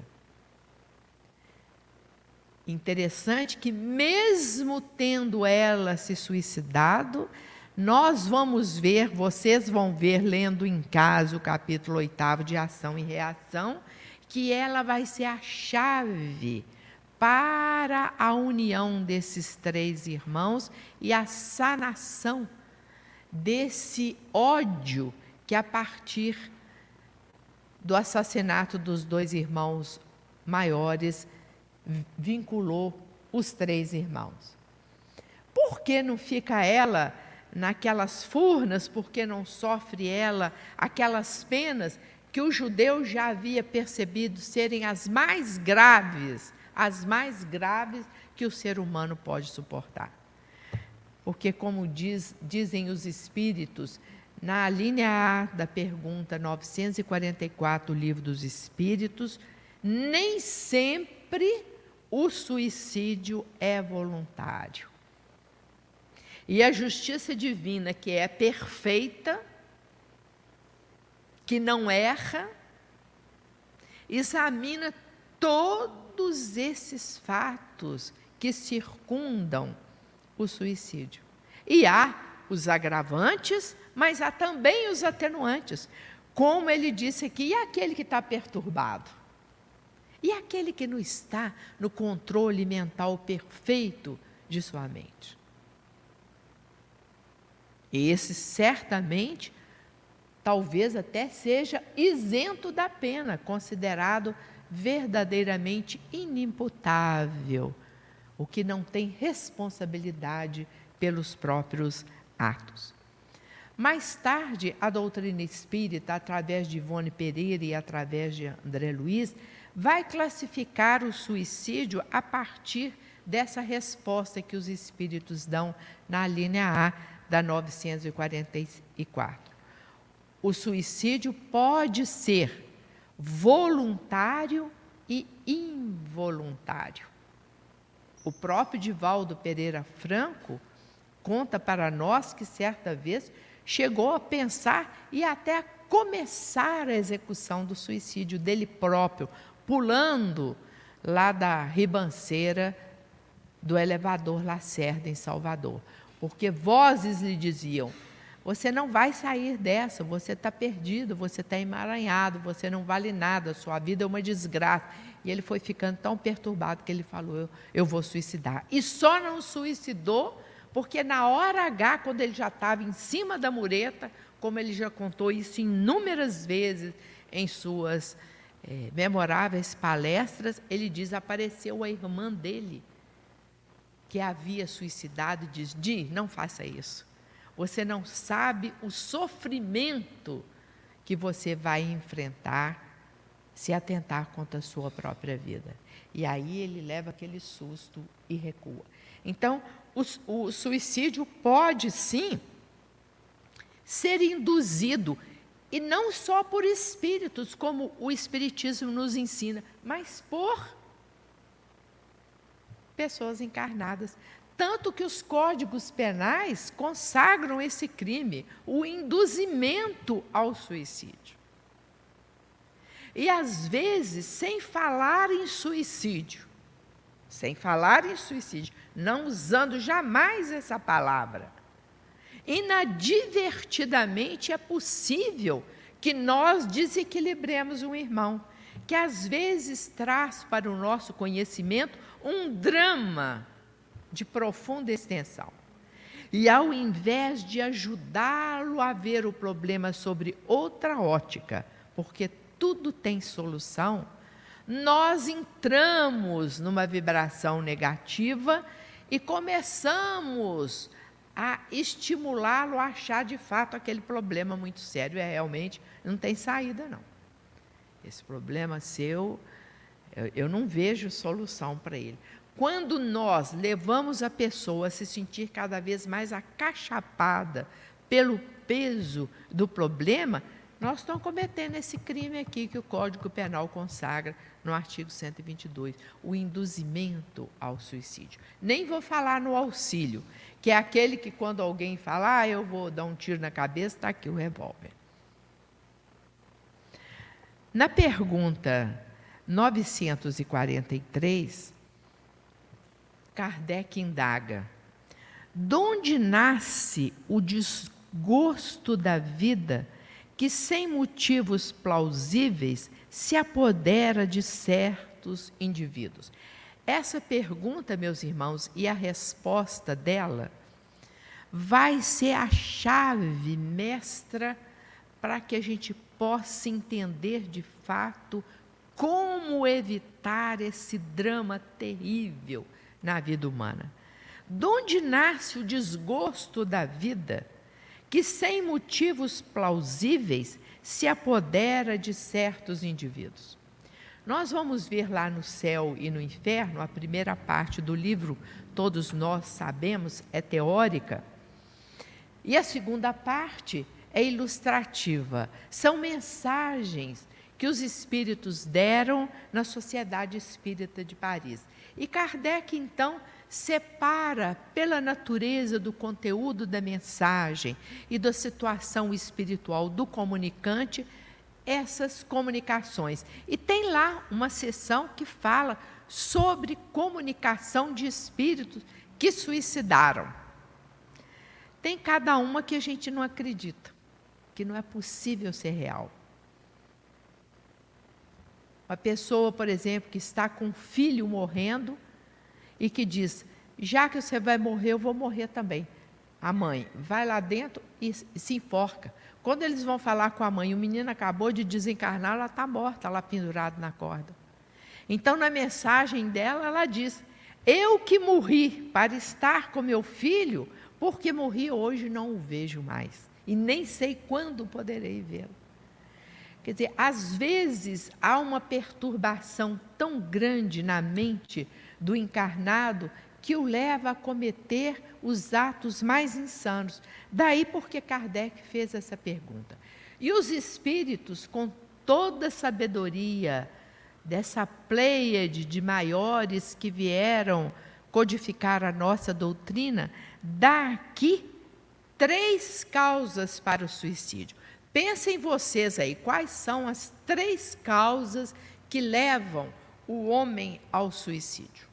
Interessante que, mesmo tendo ela se suicidado, nós vamos ver, vocês vão ver, lendo em casa o capítulo oitavo de Ação e Reação, que ela vai ser a chave para a união desses três irmãos e a sanação desse ódio que, a partir do assassinato dos dois irmãos maiores, vinculou os três irmãos. Por que não fica ela naquelas furnas? Por que não sofre ela aquelas penas que o judeu já havia percebido serem as mais graves, as mais graves que o ser humano pode suportar? Porque, como diz, dizem os espíritos, na linha A da pergunta novecentos e quarenta e quatro do Livro dos Espíritos, nem sempre o suicídio é voluntário. E a justiça divina, que é perfeita, que não erra, examina todos esses fatos que circundam o suicídio. E há os agravantes, mas há também os atenuantes. Como ele disse aqui, e aquele que está perturbado? E aquele que não está no controle mental perfeito de sua mente? Esse, certamente, talvez até seja isento da pena, considerado verdadeiramente inimputável, o que não tem responsabilidade pelos próprios atos. Mais tarde, a doutrina espírita, através de Ivone Pereira e através de André Luiz, vai classificar o suicídio a partir dessa resposta que os espíritos dão na linha A da novecentos e quarenta e quatro. O suicídio pode ser voluntário e involuntário. O próprio Divaldo Pereira Franco conta para nós que, certa vez, chegou a pensar e até a começar a execução do suicídio dele próprio, pulando lá da ribanceira do elevador Lacerda, em Salvador. Porque vozes lhe diziam: você não vai sair dessa, você está perdido, você está emaranhado, você não vale nada, sua vida é uma desgraça. E ele foi ficando tão perturbado que ele falou: eu, eu vou suicidar. E só não suicidou porque na hora H, quando ele já estava em cima da mureta, como ele já contou isso inúmeras vezes em suas é, memoráveis palestras, ele diz: apareceu a irmã dele, que havia suicidado, e diz: Di, não faça isso. Você não sabe o sofrimento que você vai enfrentar se atentar contra a sua própria vida. E aí ele leva aquele susto e recua. Então, o, o suicídio pode, sim, ser induzido, e não só por espíritos, como o Espiritismo nos ensina, mas por pessoas encarnadas. Tanto que os códigos penais consagram esse crime, o induzimento ao suicídio. E, às vezes, sem falar em suicídio, sem falar em suicídio, não usando jamais essa palavra, inadvertidamente é possível que nós desequilibremos um irmão, que às vezes traz para o nosso conhecimento um drama de profunda extensão. E ao invés de ajudá-lo a ver o problema sobre outra ótica, porque tudo tem solução, nós entramos numa vibração negativa e começamos a estimulá-lo a achar de fato aquele problema muito sério. É realmente, não tem saída não. Esse problema seu, eu, eu não vejo solução para ele. Quando nós levamos a pessoa a se sentir cada vez mais acachapada pelo peso do problema, nós estamos cometendo esse crime aqui que o Código Penal consagra no artigo cento e vinte e dois, o induzimento ao suicídio. Nem vou falar no auxílio, que é aquele que quando alguém fala, ah, eu vou dar um tiro na cabeça, está aqui o revólver. Na pergunta novecentos e quarenta e três, Kardec indaga: de onde nasce o desgosto da vida que, sem motivos plausíveis, se apodera de certos indivíduos? Essa pergunta, meus irmãos, e a resposta dela vai ser a chave mestra para que a gente possa entender de fato como evitar esse drama terrível na vida humana. De onde nasce o desgosto da vida que, sem motivos plausíveis, se apodera de certos indivíduos? Nós vamos ver lá no Céu e no Inferno, a primeira parte do livro, todos nós sabemos, é teórica, e a segunda parte é ilustrativa. São mensagens que os espíritos deram na Sociedade Espírita de Paris. E Kardec, então, separa pela natureza do conteúdo da mensagem e da situação espiritual do comunicante essas comunicações. E tem lá uma seção que fala sobre comunicação de espíritos que suicidaram. Tem cada uma que a gente não acredita, que não é possível ser real. Uma pessoa, por exemplo, que está com um filho morrendo e que diz, já que você vai morrer, eu vou morrer também. A mãe vai lá dentro e se enforca. Quando eles vão falar com a mãe, o menino acabou de desencarnar, ela está morta, lá pendurada na corda. Então, na mensagem dela, ela diz, eu que morri para estar com meu filho, porque morri hoje não o vejo mais. E nem sei quando poderei vê-lo. Quer dizer, às vezes há uma perturbação tão grande na mente do encarnado que o leva a cometer os atos mais insanos. Daí porque Kardec fez essa pergunta. E os espíritos, com toda a sabedoria dessa pleiade de maiores que vieram codificar a nossa doutrina, dá aqui três causas para o suicídio. Pensem vocês aí, quais são as três causas que levam o homem ao suicídio?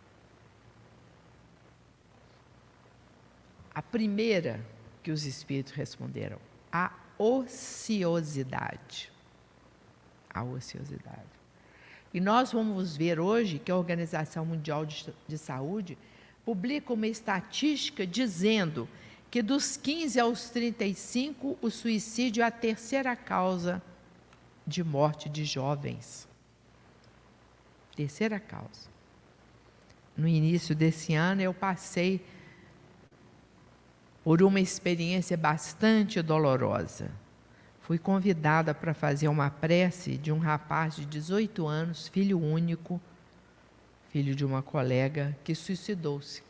A primeira que os espíritos responderam, a ociosidade. A ociosidade. E nós vamos ver hoje que a Organização Mundial de, de Saúde publica uma estatística dizendo que dos quinze aos trinta e cinco, o suicídio é a terceira causa de morte de jovens. Terceira causa. No início desse ano, eu passei por uma experiência bastante dolorosa. Fui convidada para fazer uma prece de um rapaz de dezoito anos, filho único, filho de uma colega, que suicidou-se.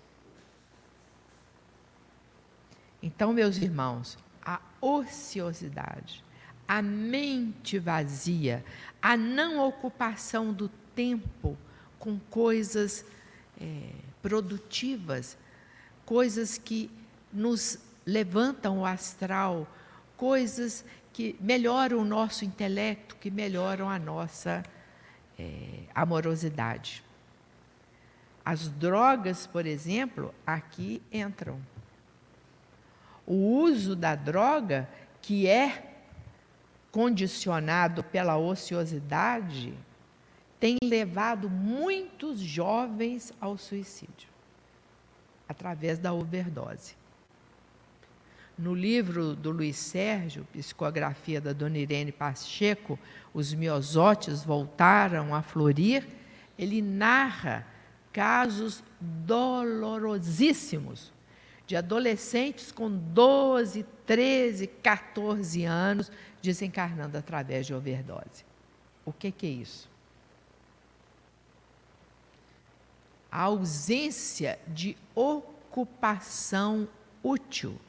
Então, meus irmãos, a ociosidade, a mente vazia, a não ocupação do tempo com coisas é, produtivas, coisas que nos levantam o astral, coisas que melhoram o nosso intelecto, que melhoram a nossa é, amorosidade. As drogas, por exemplo, aqui entram. O uso da droga, que é condicionado pela ociosidade, tem levado muitos jovens ao suicídio, através da overdose. no livro do Luiz Sérgio, psicografia da Dona Irene Pacheco, Os Miosótis Voltaram a Florir, ele narra casos dolorosíssimos de adolescentes com doze, treze, quatorze anos desencarnando através de overdose. O que, que é isso? A ausência de ocupação útil.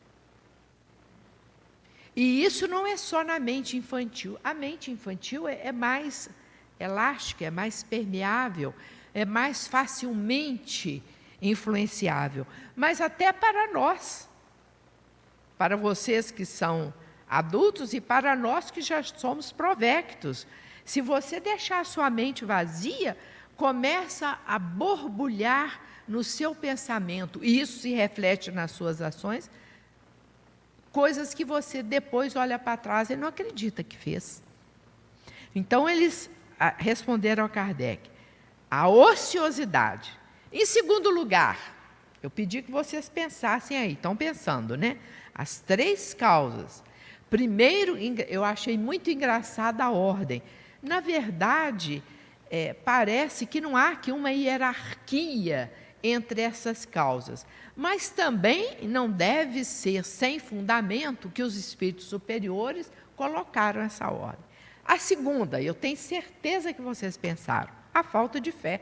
E isso não é só na mente infantil. A mente infantil é, é mais elástica, é mais permeável, é mais facilmente influenciável. Mas até para nós, para vocês que são adultos e para nós que já somos provectos. Se você deixar a sua mente vazia, começa a borbulhar no seu pensamento, e isso se reflete nas suas ações, coisas que você depois olha para trás e não acredita que fez. Então, eles responderam a Kardec, a ociosidade. Em segundo lugar, eu pedi que vocês pensassem aí, estão pensando, né? As três causas. Primeiro, eu achei muito engraçada a ordem. Na verdade, é, parece que não há aqui uma hierarquia entre essas causas. Mas também não deve ser sem fundamento que os espíritos superiores colocaram essa ordem. A segunda, eu tenho certeza que vocês pensaram, a falta de fé.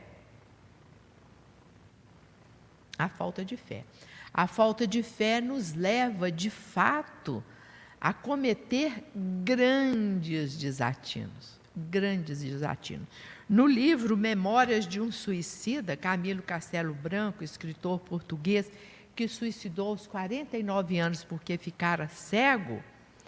A falta de fé. A falta de fé nos leva, de fato, a cometer grandes desatinos. Grandes desatinos. No livro Memórias de um Suicida, Camilo Castelo Branco, escritor português, que suicidou aos quarenta e nove anos porque ficara cego,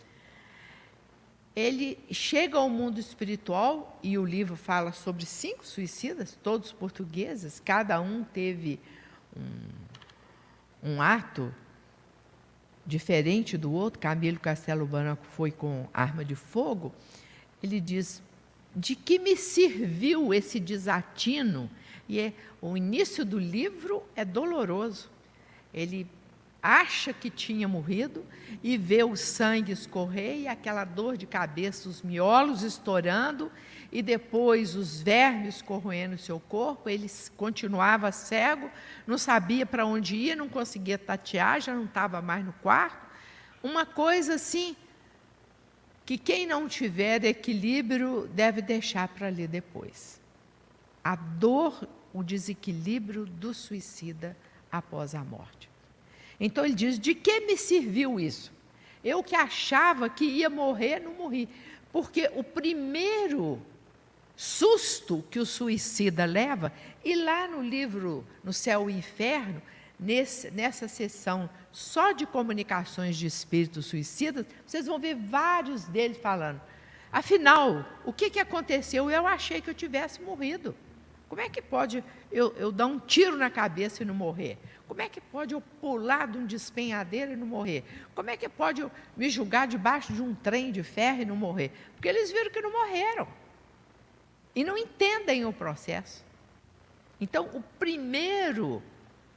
ele chega ao mundo espiritual, e o livro fala sobre cinco suicidas, todos portugueses, cada um teve um, um ato diferente do outro. Camilo Castelo Branco foi com arma de fogo. Ele diz, de que me serviu esse desatino? E é, o início do livro é doloroso. Ele acha que tinha morrido e vê o sangue escorrer e aquela dor de cabeça, os miolos estourando e depois os vermes corroendo o seu corpo. Ele continuava cego, não sabia para onde ia, não conseguia tatear, já não estava mais no quarto. Uma coisa assim, que quem não tiver equilíbrio deve deixar para ler depois. A dor, o desequilíbrio do suicida após a morte. Então ele diz, de que me serviu isso? Eu que achava que ia morrer, não morri. Porque o primeiro susto que o suicida leva, e lá no livro No Céu e Inferno, nesse, nessa sessão só de comunicações de espíritos suicidas, vocês vão ver vários deles falando, afinal, o que, que aconteceu? Eu achei que eu tivesse morrido. Como é que pode eu, eu dar um tiro na cabeça e não morrer? Como é que pode eu pular de um despenhadeiro e não morrer? Como é que pode eu me jogar debaixo de um trem de ferro e não morrer? Porque eles viram que não morreram. E não entendem o processo. Então, o primeiro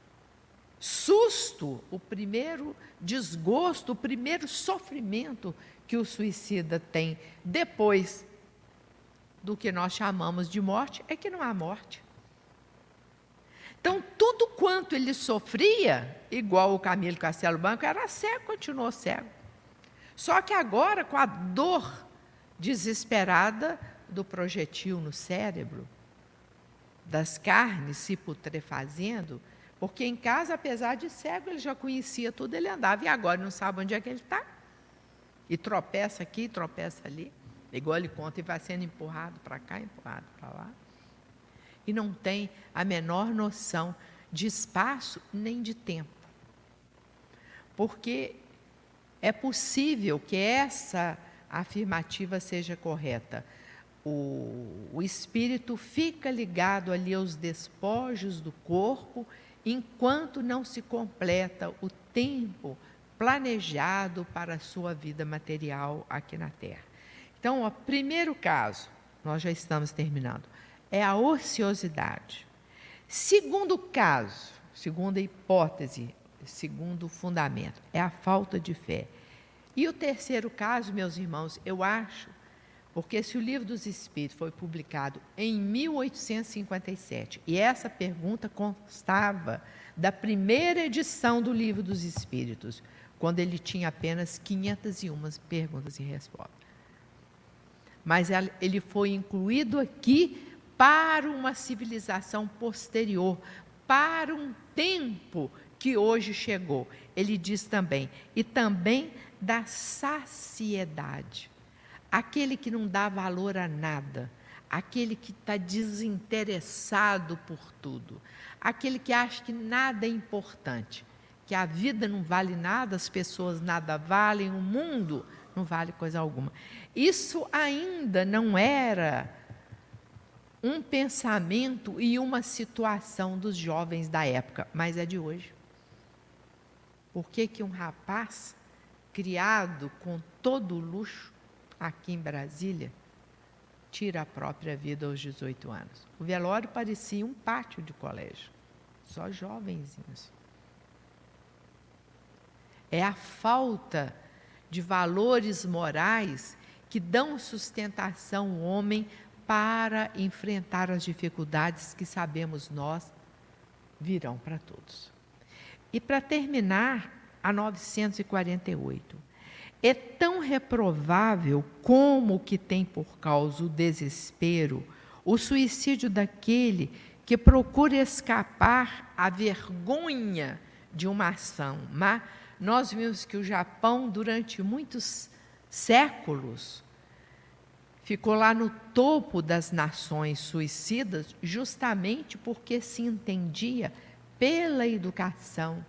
susto, o primeiro desgosto, o primeiro sofrimento que o suicida tem depois do que nós chamamos de morte, é que não há morte. Então, tudo quanto ele sofria, igual o Camilo Castelo Branco, era cego, continuou cego. Só que agora, com a dor desesperada do projetil no cérebro, das carnes se putrefazendo, porque em casa, apesar de cego, ele já conhecia tudo, ele andava, e agora não sabe onde é que ele está. E tropeça aqui, tropeça ali, igual ele conta, e vai sendo empurrado para cá, empurrado para lá. E não tem a menor noção de espaço nem de tempo. Porque é possível que essa afirmativa seja correta. O, o espírito fica ligado ali aos despojos do corpo, enquanto não se completa o tempo planejado para a sua vida material aqui na Terra. Então, o primeiro caso, nós já estamos terminando, é a ociosidade. Segundo caso, segunda hipótese, segundo fundamento, é a falta de fé. E o terceiro caso, meus irmãos, eu acho, porque se o Livro dos Espíritos foi publicado em mil oitocentos e cinquenta e sete, e essa pergunta constava da primeira edição do Livro dos Espíritos, quando ele tinha apenas quinhentas e uma perguntas e respostas. Mas ele foi incluído aqui para uma civilização posterior, para um tempo que hoje chegou. Ele diz também, e também da saciedade. Aquele que não dá valor a nada, aquele que está desinteressado por tudo, aquele que acha que nada é importante, que a vida não vale nada, as pessoas nada valem, o mundo não vale coisa alguma. Isso ainda não era um pensamento e uma situação dos jovens da época, mas é de hoje. Por que que um rapaz criado com todo o luxo aqui em Brasília tira a própria vida aos dezoito anos? O velório parecia um pátio de colégio, só jovenzinhos. É a falta de valores morais que dão sustentação ao homem para enfrentar as dificuldades que sabemos nós virão para todos. E para terminar, a novecentos e quarenta e oito. É tão reprovável como o que tem por causa o desespero, o suicídio daquele que procura escapar à vergonha de uma ação má. Nós vimos que o Japão, durante muitos séculos, ficou lá no topo das nações suicidas, justamente porque se entendia pela educação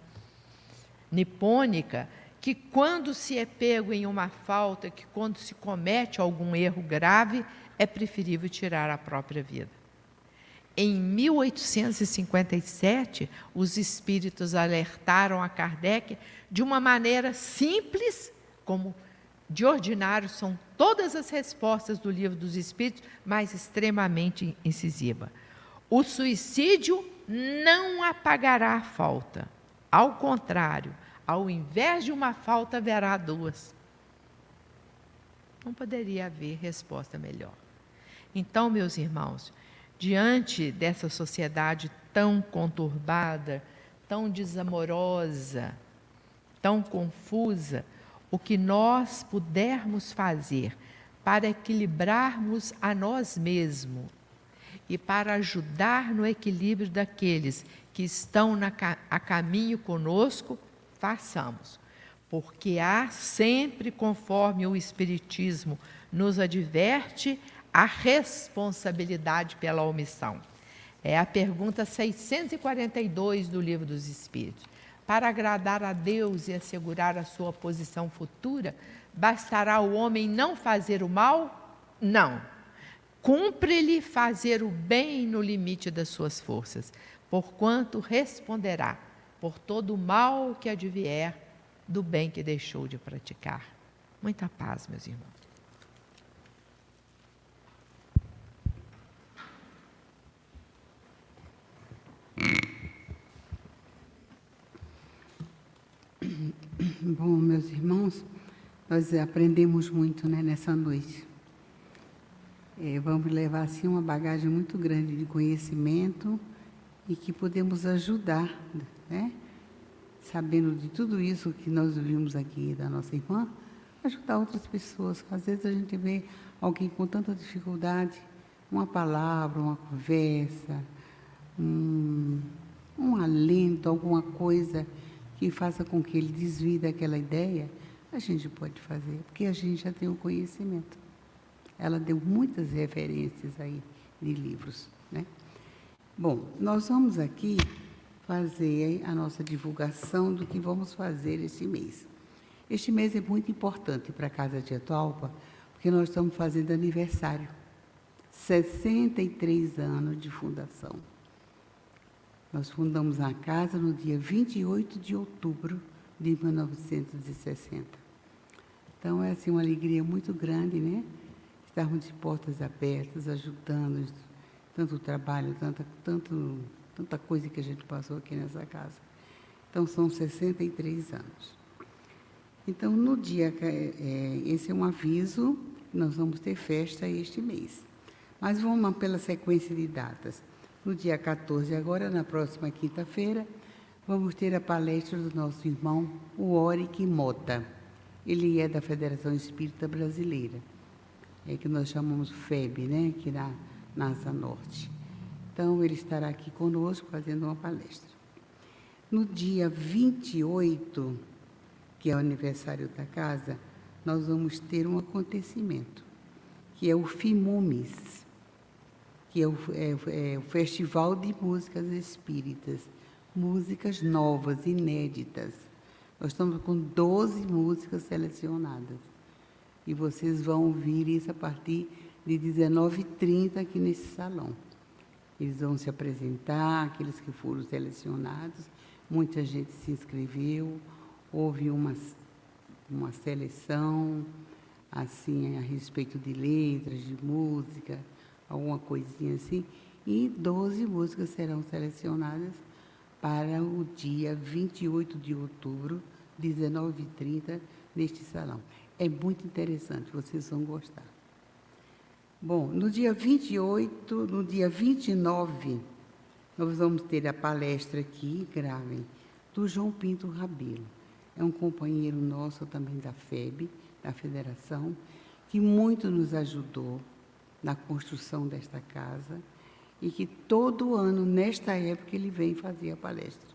nipônica que quando se é pego em uma falta, que quando se comete algum erro grave, é preferível tirar a própria vida. Em mil oitocentos e cinquenta e sete, os espíritos alertaram a Kardec de uma maneira simples, como de ordinário são todas as respostas do Livro dos Espíritos, mas extremamente incisiva. O suicídio não apagará a falta. Ao contrário, ao invés de uma falta, haverá duas. Não poderia haver resposta melhor. Então, meus irmãos, diante dessa sociedade tão conturbada, tão desamorosa, tão confusa, o que nós pudermos fazer para equilibrarmos a nós mesmos e para ajudar no equilíbrio daqueles que estão na, a caminho conosco, façamos. Porque há sempre, conforme o Espiritismo nos adverte, a responsabilidade pela omissão. É a pergunta seiscentos e quarenta e dois do Livro dos Espíritos. Para agradar a Deus e assegurar a sua posição futura, bastará o homem não fazer o mal? Não. Cumpre-lhe fazer o bem no limite das suas forças, porquanto responderá por todo o mal que advier do bem que deixou de praticar. Muita paz, meus irmãos. Bom, meus irmãos, nós aprendemos muito, né, nessa noite. É, vamos levar assim uma bagagem muito grande de conhecimento e que podemos ajudar, né, sabendo de tudo isso que nós vimos aqui da nossa irmã, ajudar outras pessoas. Às vezes a gente vê alguém com tanta dificuldade, uma palavra, uma conversa, um, um alento, alguma coisa que faça com que ele desvie daquela ideia, a gente pode fazer, porque a gente já tem o conhecimento. Ela deu muitas referências aí de livros, né? Bom, nós vamos aqui fazer a nossa divulgação do que vamos fazer este mês. Este mês é muito importante para a Casa de Atualpa, porque nós estamos fazendo aniversário. sessenta e três anos de fundação. Nós fundamos a casa no dia vinte e oito de outubro de mil novecentos e sessenta. Então, é assim, uma alegria muito grande, né? Estarmos de portas abertas, ajudando, tanto trabalho, tanta, tanto, tanta coisa que a gente passou aqui nessa casa. Então, são sessenta e três anos. Então, no dia, é, esse é um aviso, nós vamos ter festa este mês. Mas vamos pela sequência de datas. No dia quatorze, agora, na próxima quinta-feira, vamos ter a palestra do nosso irmão, o Oric Mota. Ele é da Federação Espírita Brasileira, é que nós chamamos F E B, né, aqui na, na Asa Norte. Então, ele estará aqui conosco fazendo uma palestra. No dia vinte e oito, que é o aniversário da casa, nós vamos ter um acontecimento, que é o FIMUMES, que é o, é, é o Festival de Músicas Espíritas, músicas novas, inéditas. Nós estamos com doze músicas selecionadas. E vocês vão ouvir isso a partir de dezenove e trinta aqui nesse salão. Eles vão se apresentar, aqueles que foram selecionados. Muita gente se inscreveu, houve uma, uma seleção, assim, a respeito de letras, de música, alguma coisinha assim. E doze músicas serão selecionadas para o dia vinte e oito de outubro, dezenove e trinta, neste salão. É muito interessante, vocês vão gostar. Bom, no dia vinte e oito, no dia vinte e nove, nós vamos ter a palestra aqui, gravem, do João Pinto Rabelo. É um companheiro nosso também da F E B, da Federação, que muito nos ajudou na construção desta casa e que todo ano, nesta época, ele vem fazer a palestra.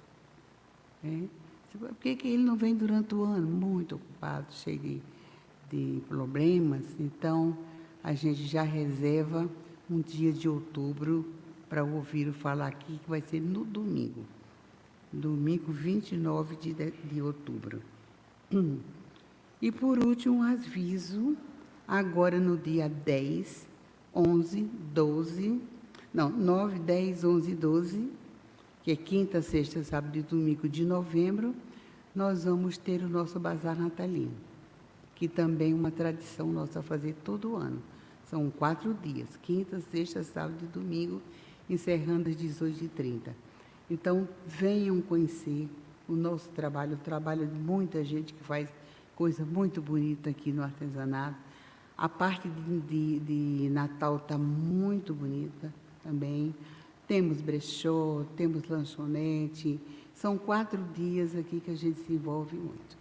É? Por que que ele não vem durante o ano? Muito ocupado, cheio de, de problemas. Então, a gente já reserva um dia de outubro para ouvir falar aqui, que vai ser no domingo. Domingo vinte e nove de, de outubro. Hum. E, por último, um aviso, agora no dia dez, onze, doze, não, nove, dez, onze e doze, que é quinta, sexta, sábado e domingo de novembro, nós vamos ter o nosso bazar natalino, que também é uma tradição nossa fazer todo ano. São quatro dias, quinta, sexta, sábado e domingo, encerrando às dezoito e trinta. Então, venham conhecer o nosso trabalho, o trabalho de muita gente que faz coisa muito bonita aqui no artesanato. A parte de, de, de Natal está muito bonita também. Temos brechó, temos lanchonete. São quatro dias aqui que a gente se envolve muito.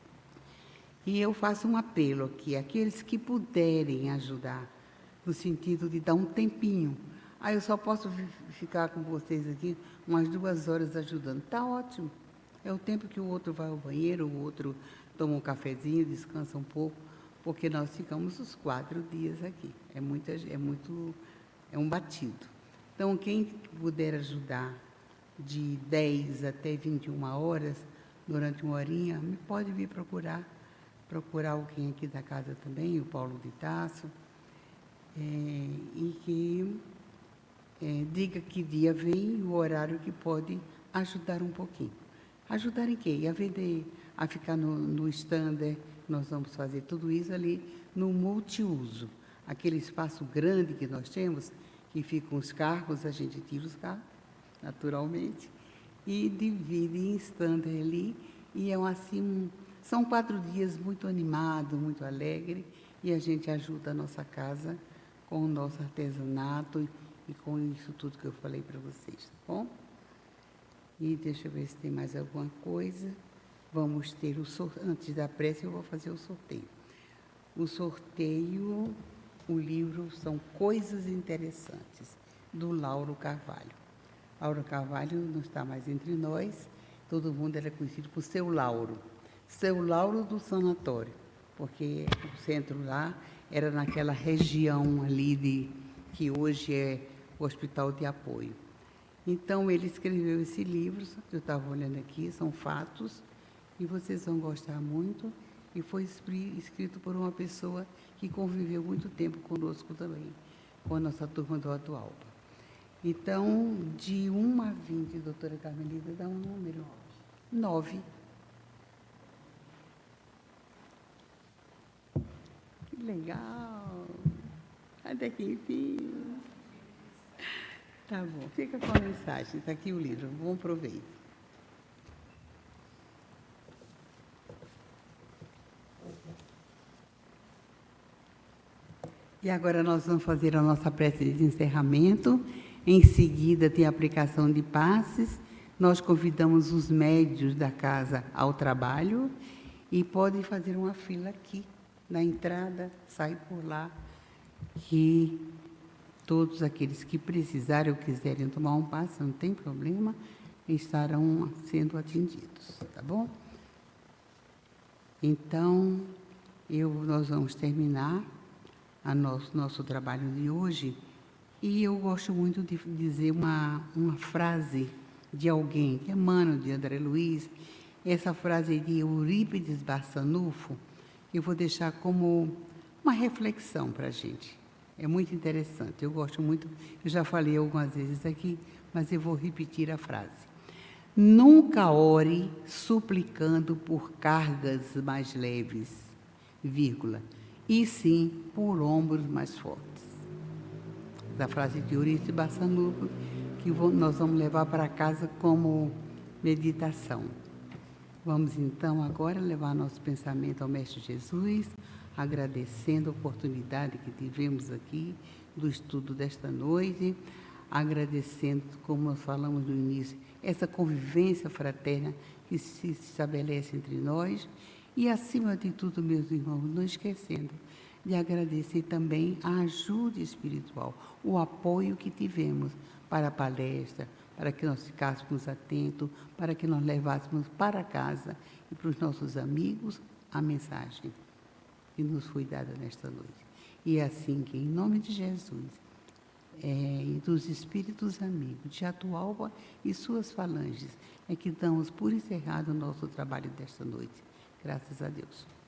E eu faço um apelo aqui, aqueles que puderem ajudar, no sentido de dar um tempinho. Ah, eu só posso ficar com vocês aqui umas duas horas ajudando. Está ótimo. É o tempo que o outro vai ao banheiro, o outro toma um cafezinho, descansa um pouco, porque nós ficamos os quatro dias aqui. É, muita, é, muito, é um batido. Então, quem puder ajudar de dez até vinte e uma horas, durante uma horinha, me pode vir procurar, procurar alguém aqui da casa também, o Paulo de Tasso, é, e que é, diga que dia vem e o horário que pode ajudar um pouquinho. Ajudar em quê? A vender, a ficar no, no stand, nós vamos fazer tudo isso ali no multiuso. Aquele espaço grande que nós temos, que ficam os carros, a gente tira os carros, naturalmente, e divide em stand ali, e é assim, um, são quatro dias muito animados, muito alegres, e a gente ajuda a nossa casa com o nosso artesanato e com isso tudo que eu falei para vocês, tá bom? E deixa eu ver se tem mais alguma coisa. Vamos ter o sorteio, antes da prece eu vou fazer o sorteio. O sorteio, o livro são Coisas Interessantes, do Lauro Carvalho. Lauro Carvalho não está mais entre nós, todo mundo era conhecido por Seu Lauro. Seu Lauro do Sanatório, porque o centro lá era naquela região ali de, que hoje é o Hospital de Apoio. Então, ele escreveu esse livro, eu estava olhando aqui, são fatos, e vocês vão gostar muito, e foi escrito por uma pessoa que conviveu muito tempo conosco também, com a nossa turma do Atualpa. Então, de um a vinte, doutora Carmelita, dá um número. Nove. Que legal! Até que enfim. Tá bom, fica com a mensagem. Está aqui o livro. Bom proveito. E agora nós vamos fazer a nossa prece de encerramento. Em seguida, tem a aplicação de passes. Nós convidamos os médios da casa ao trabalho e podem fazer uma fila aqui, na entrada, sai por lá, que todos aqueles que precisarem ou quiserem tomar um passe, não tem problema, estarão sendo atendidos, tá bom? Então, eu, nós vamos terminar a nosso, nosso trabalho de hoje, e eu gosto muito de dizer uma, uma frase de alguém, que é Mano, de André Luiz, essa frase de Eurípides Barçanufo, eu vou deixar como uma reflexão para a gente. É muito interessante, eu gosto muito, eu já falei algumas vezes aqui, mas eu vou repetir a frase. Nunca ore suplicando por cargas mais leves, vírgula, e sim por ombros mais fortes. Da frase de Eurípides Barçanufo, que nós vamos levar para casa como meditação. Vamos então agora levar nosso pensamento ao Mestre Jesus, agradecendo a oportunidade que tivemos aqui do estudo desta noite, agradecendo, como nós falamos no início, essa convivência fraterna que se estabelece entre nós e, acima de tudo, meus irmãos, não esquecendo de agradecer também a ajuda espiritual, o apoio que tivemos para a palestra, para que nós ficássemos atentos, para que nós levássemos para casa e para os nossos amigos a mensagem que nos foi dada nesta noite. E é assim que, em nome de Jesus, é, e dos espíritos amigos, de Atualpa e suas falanges, é que damos por encerrado o nosso trabalho desta noite. Graças a Deus.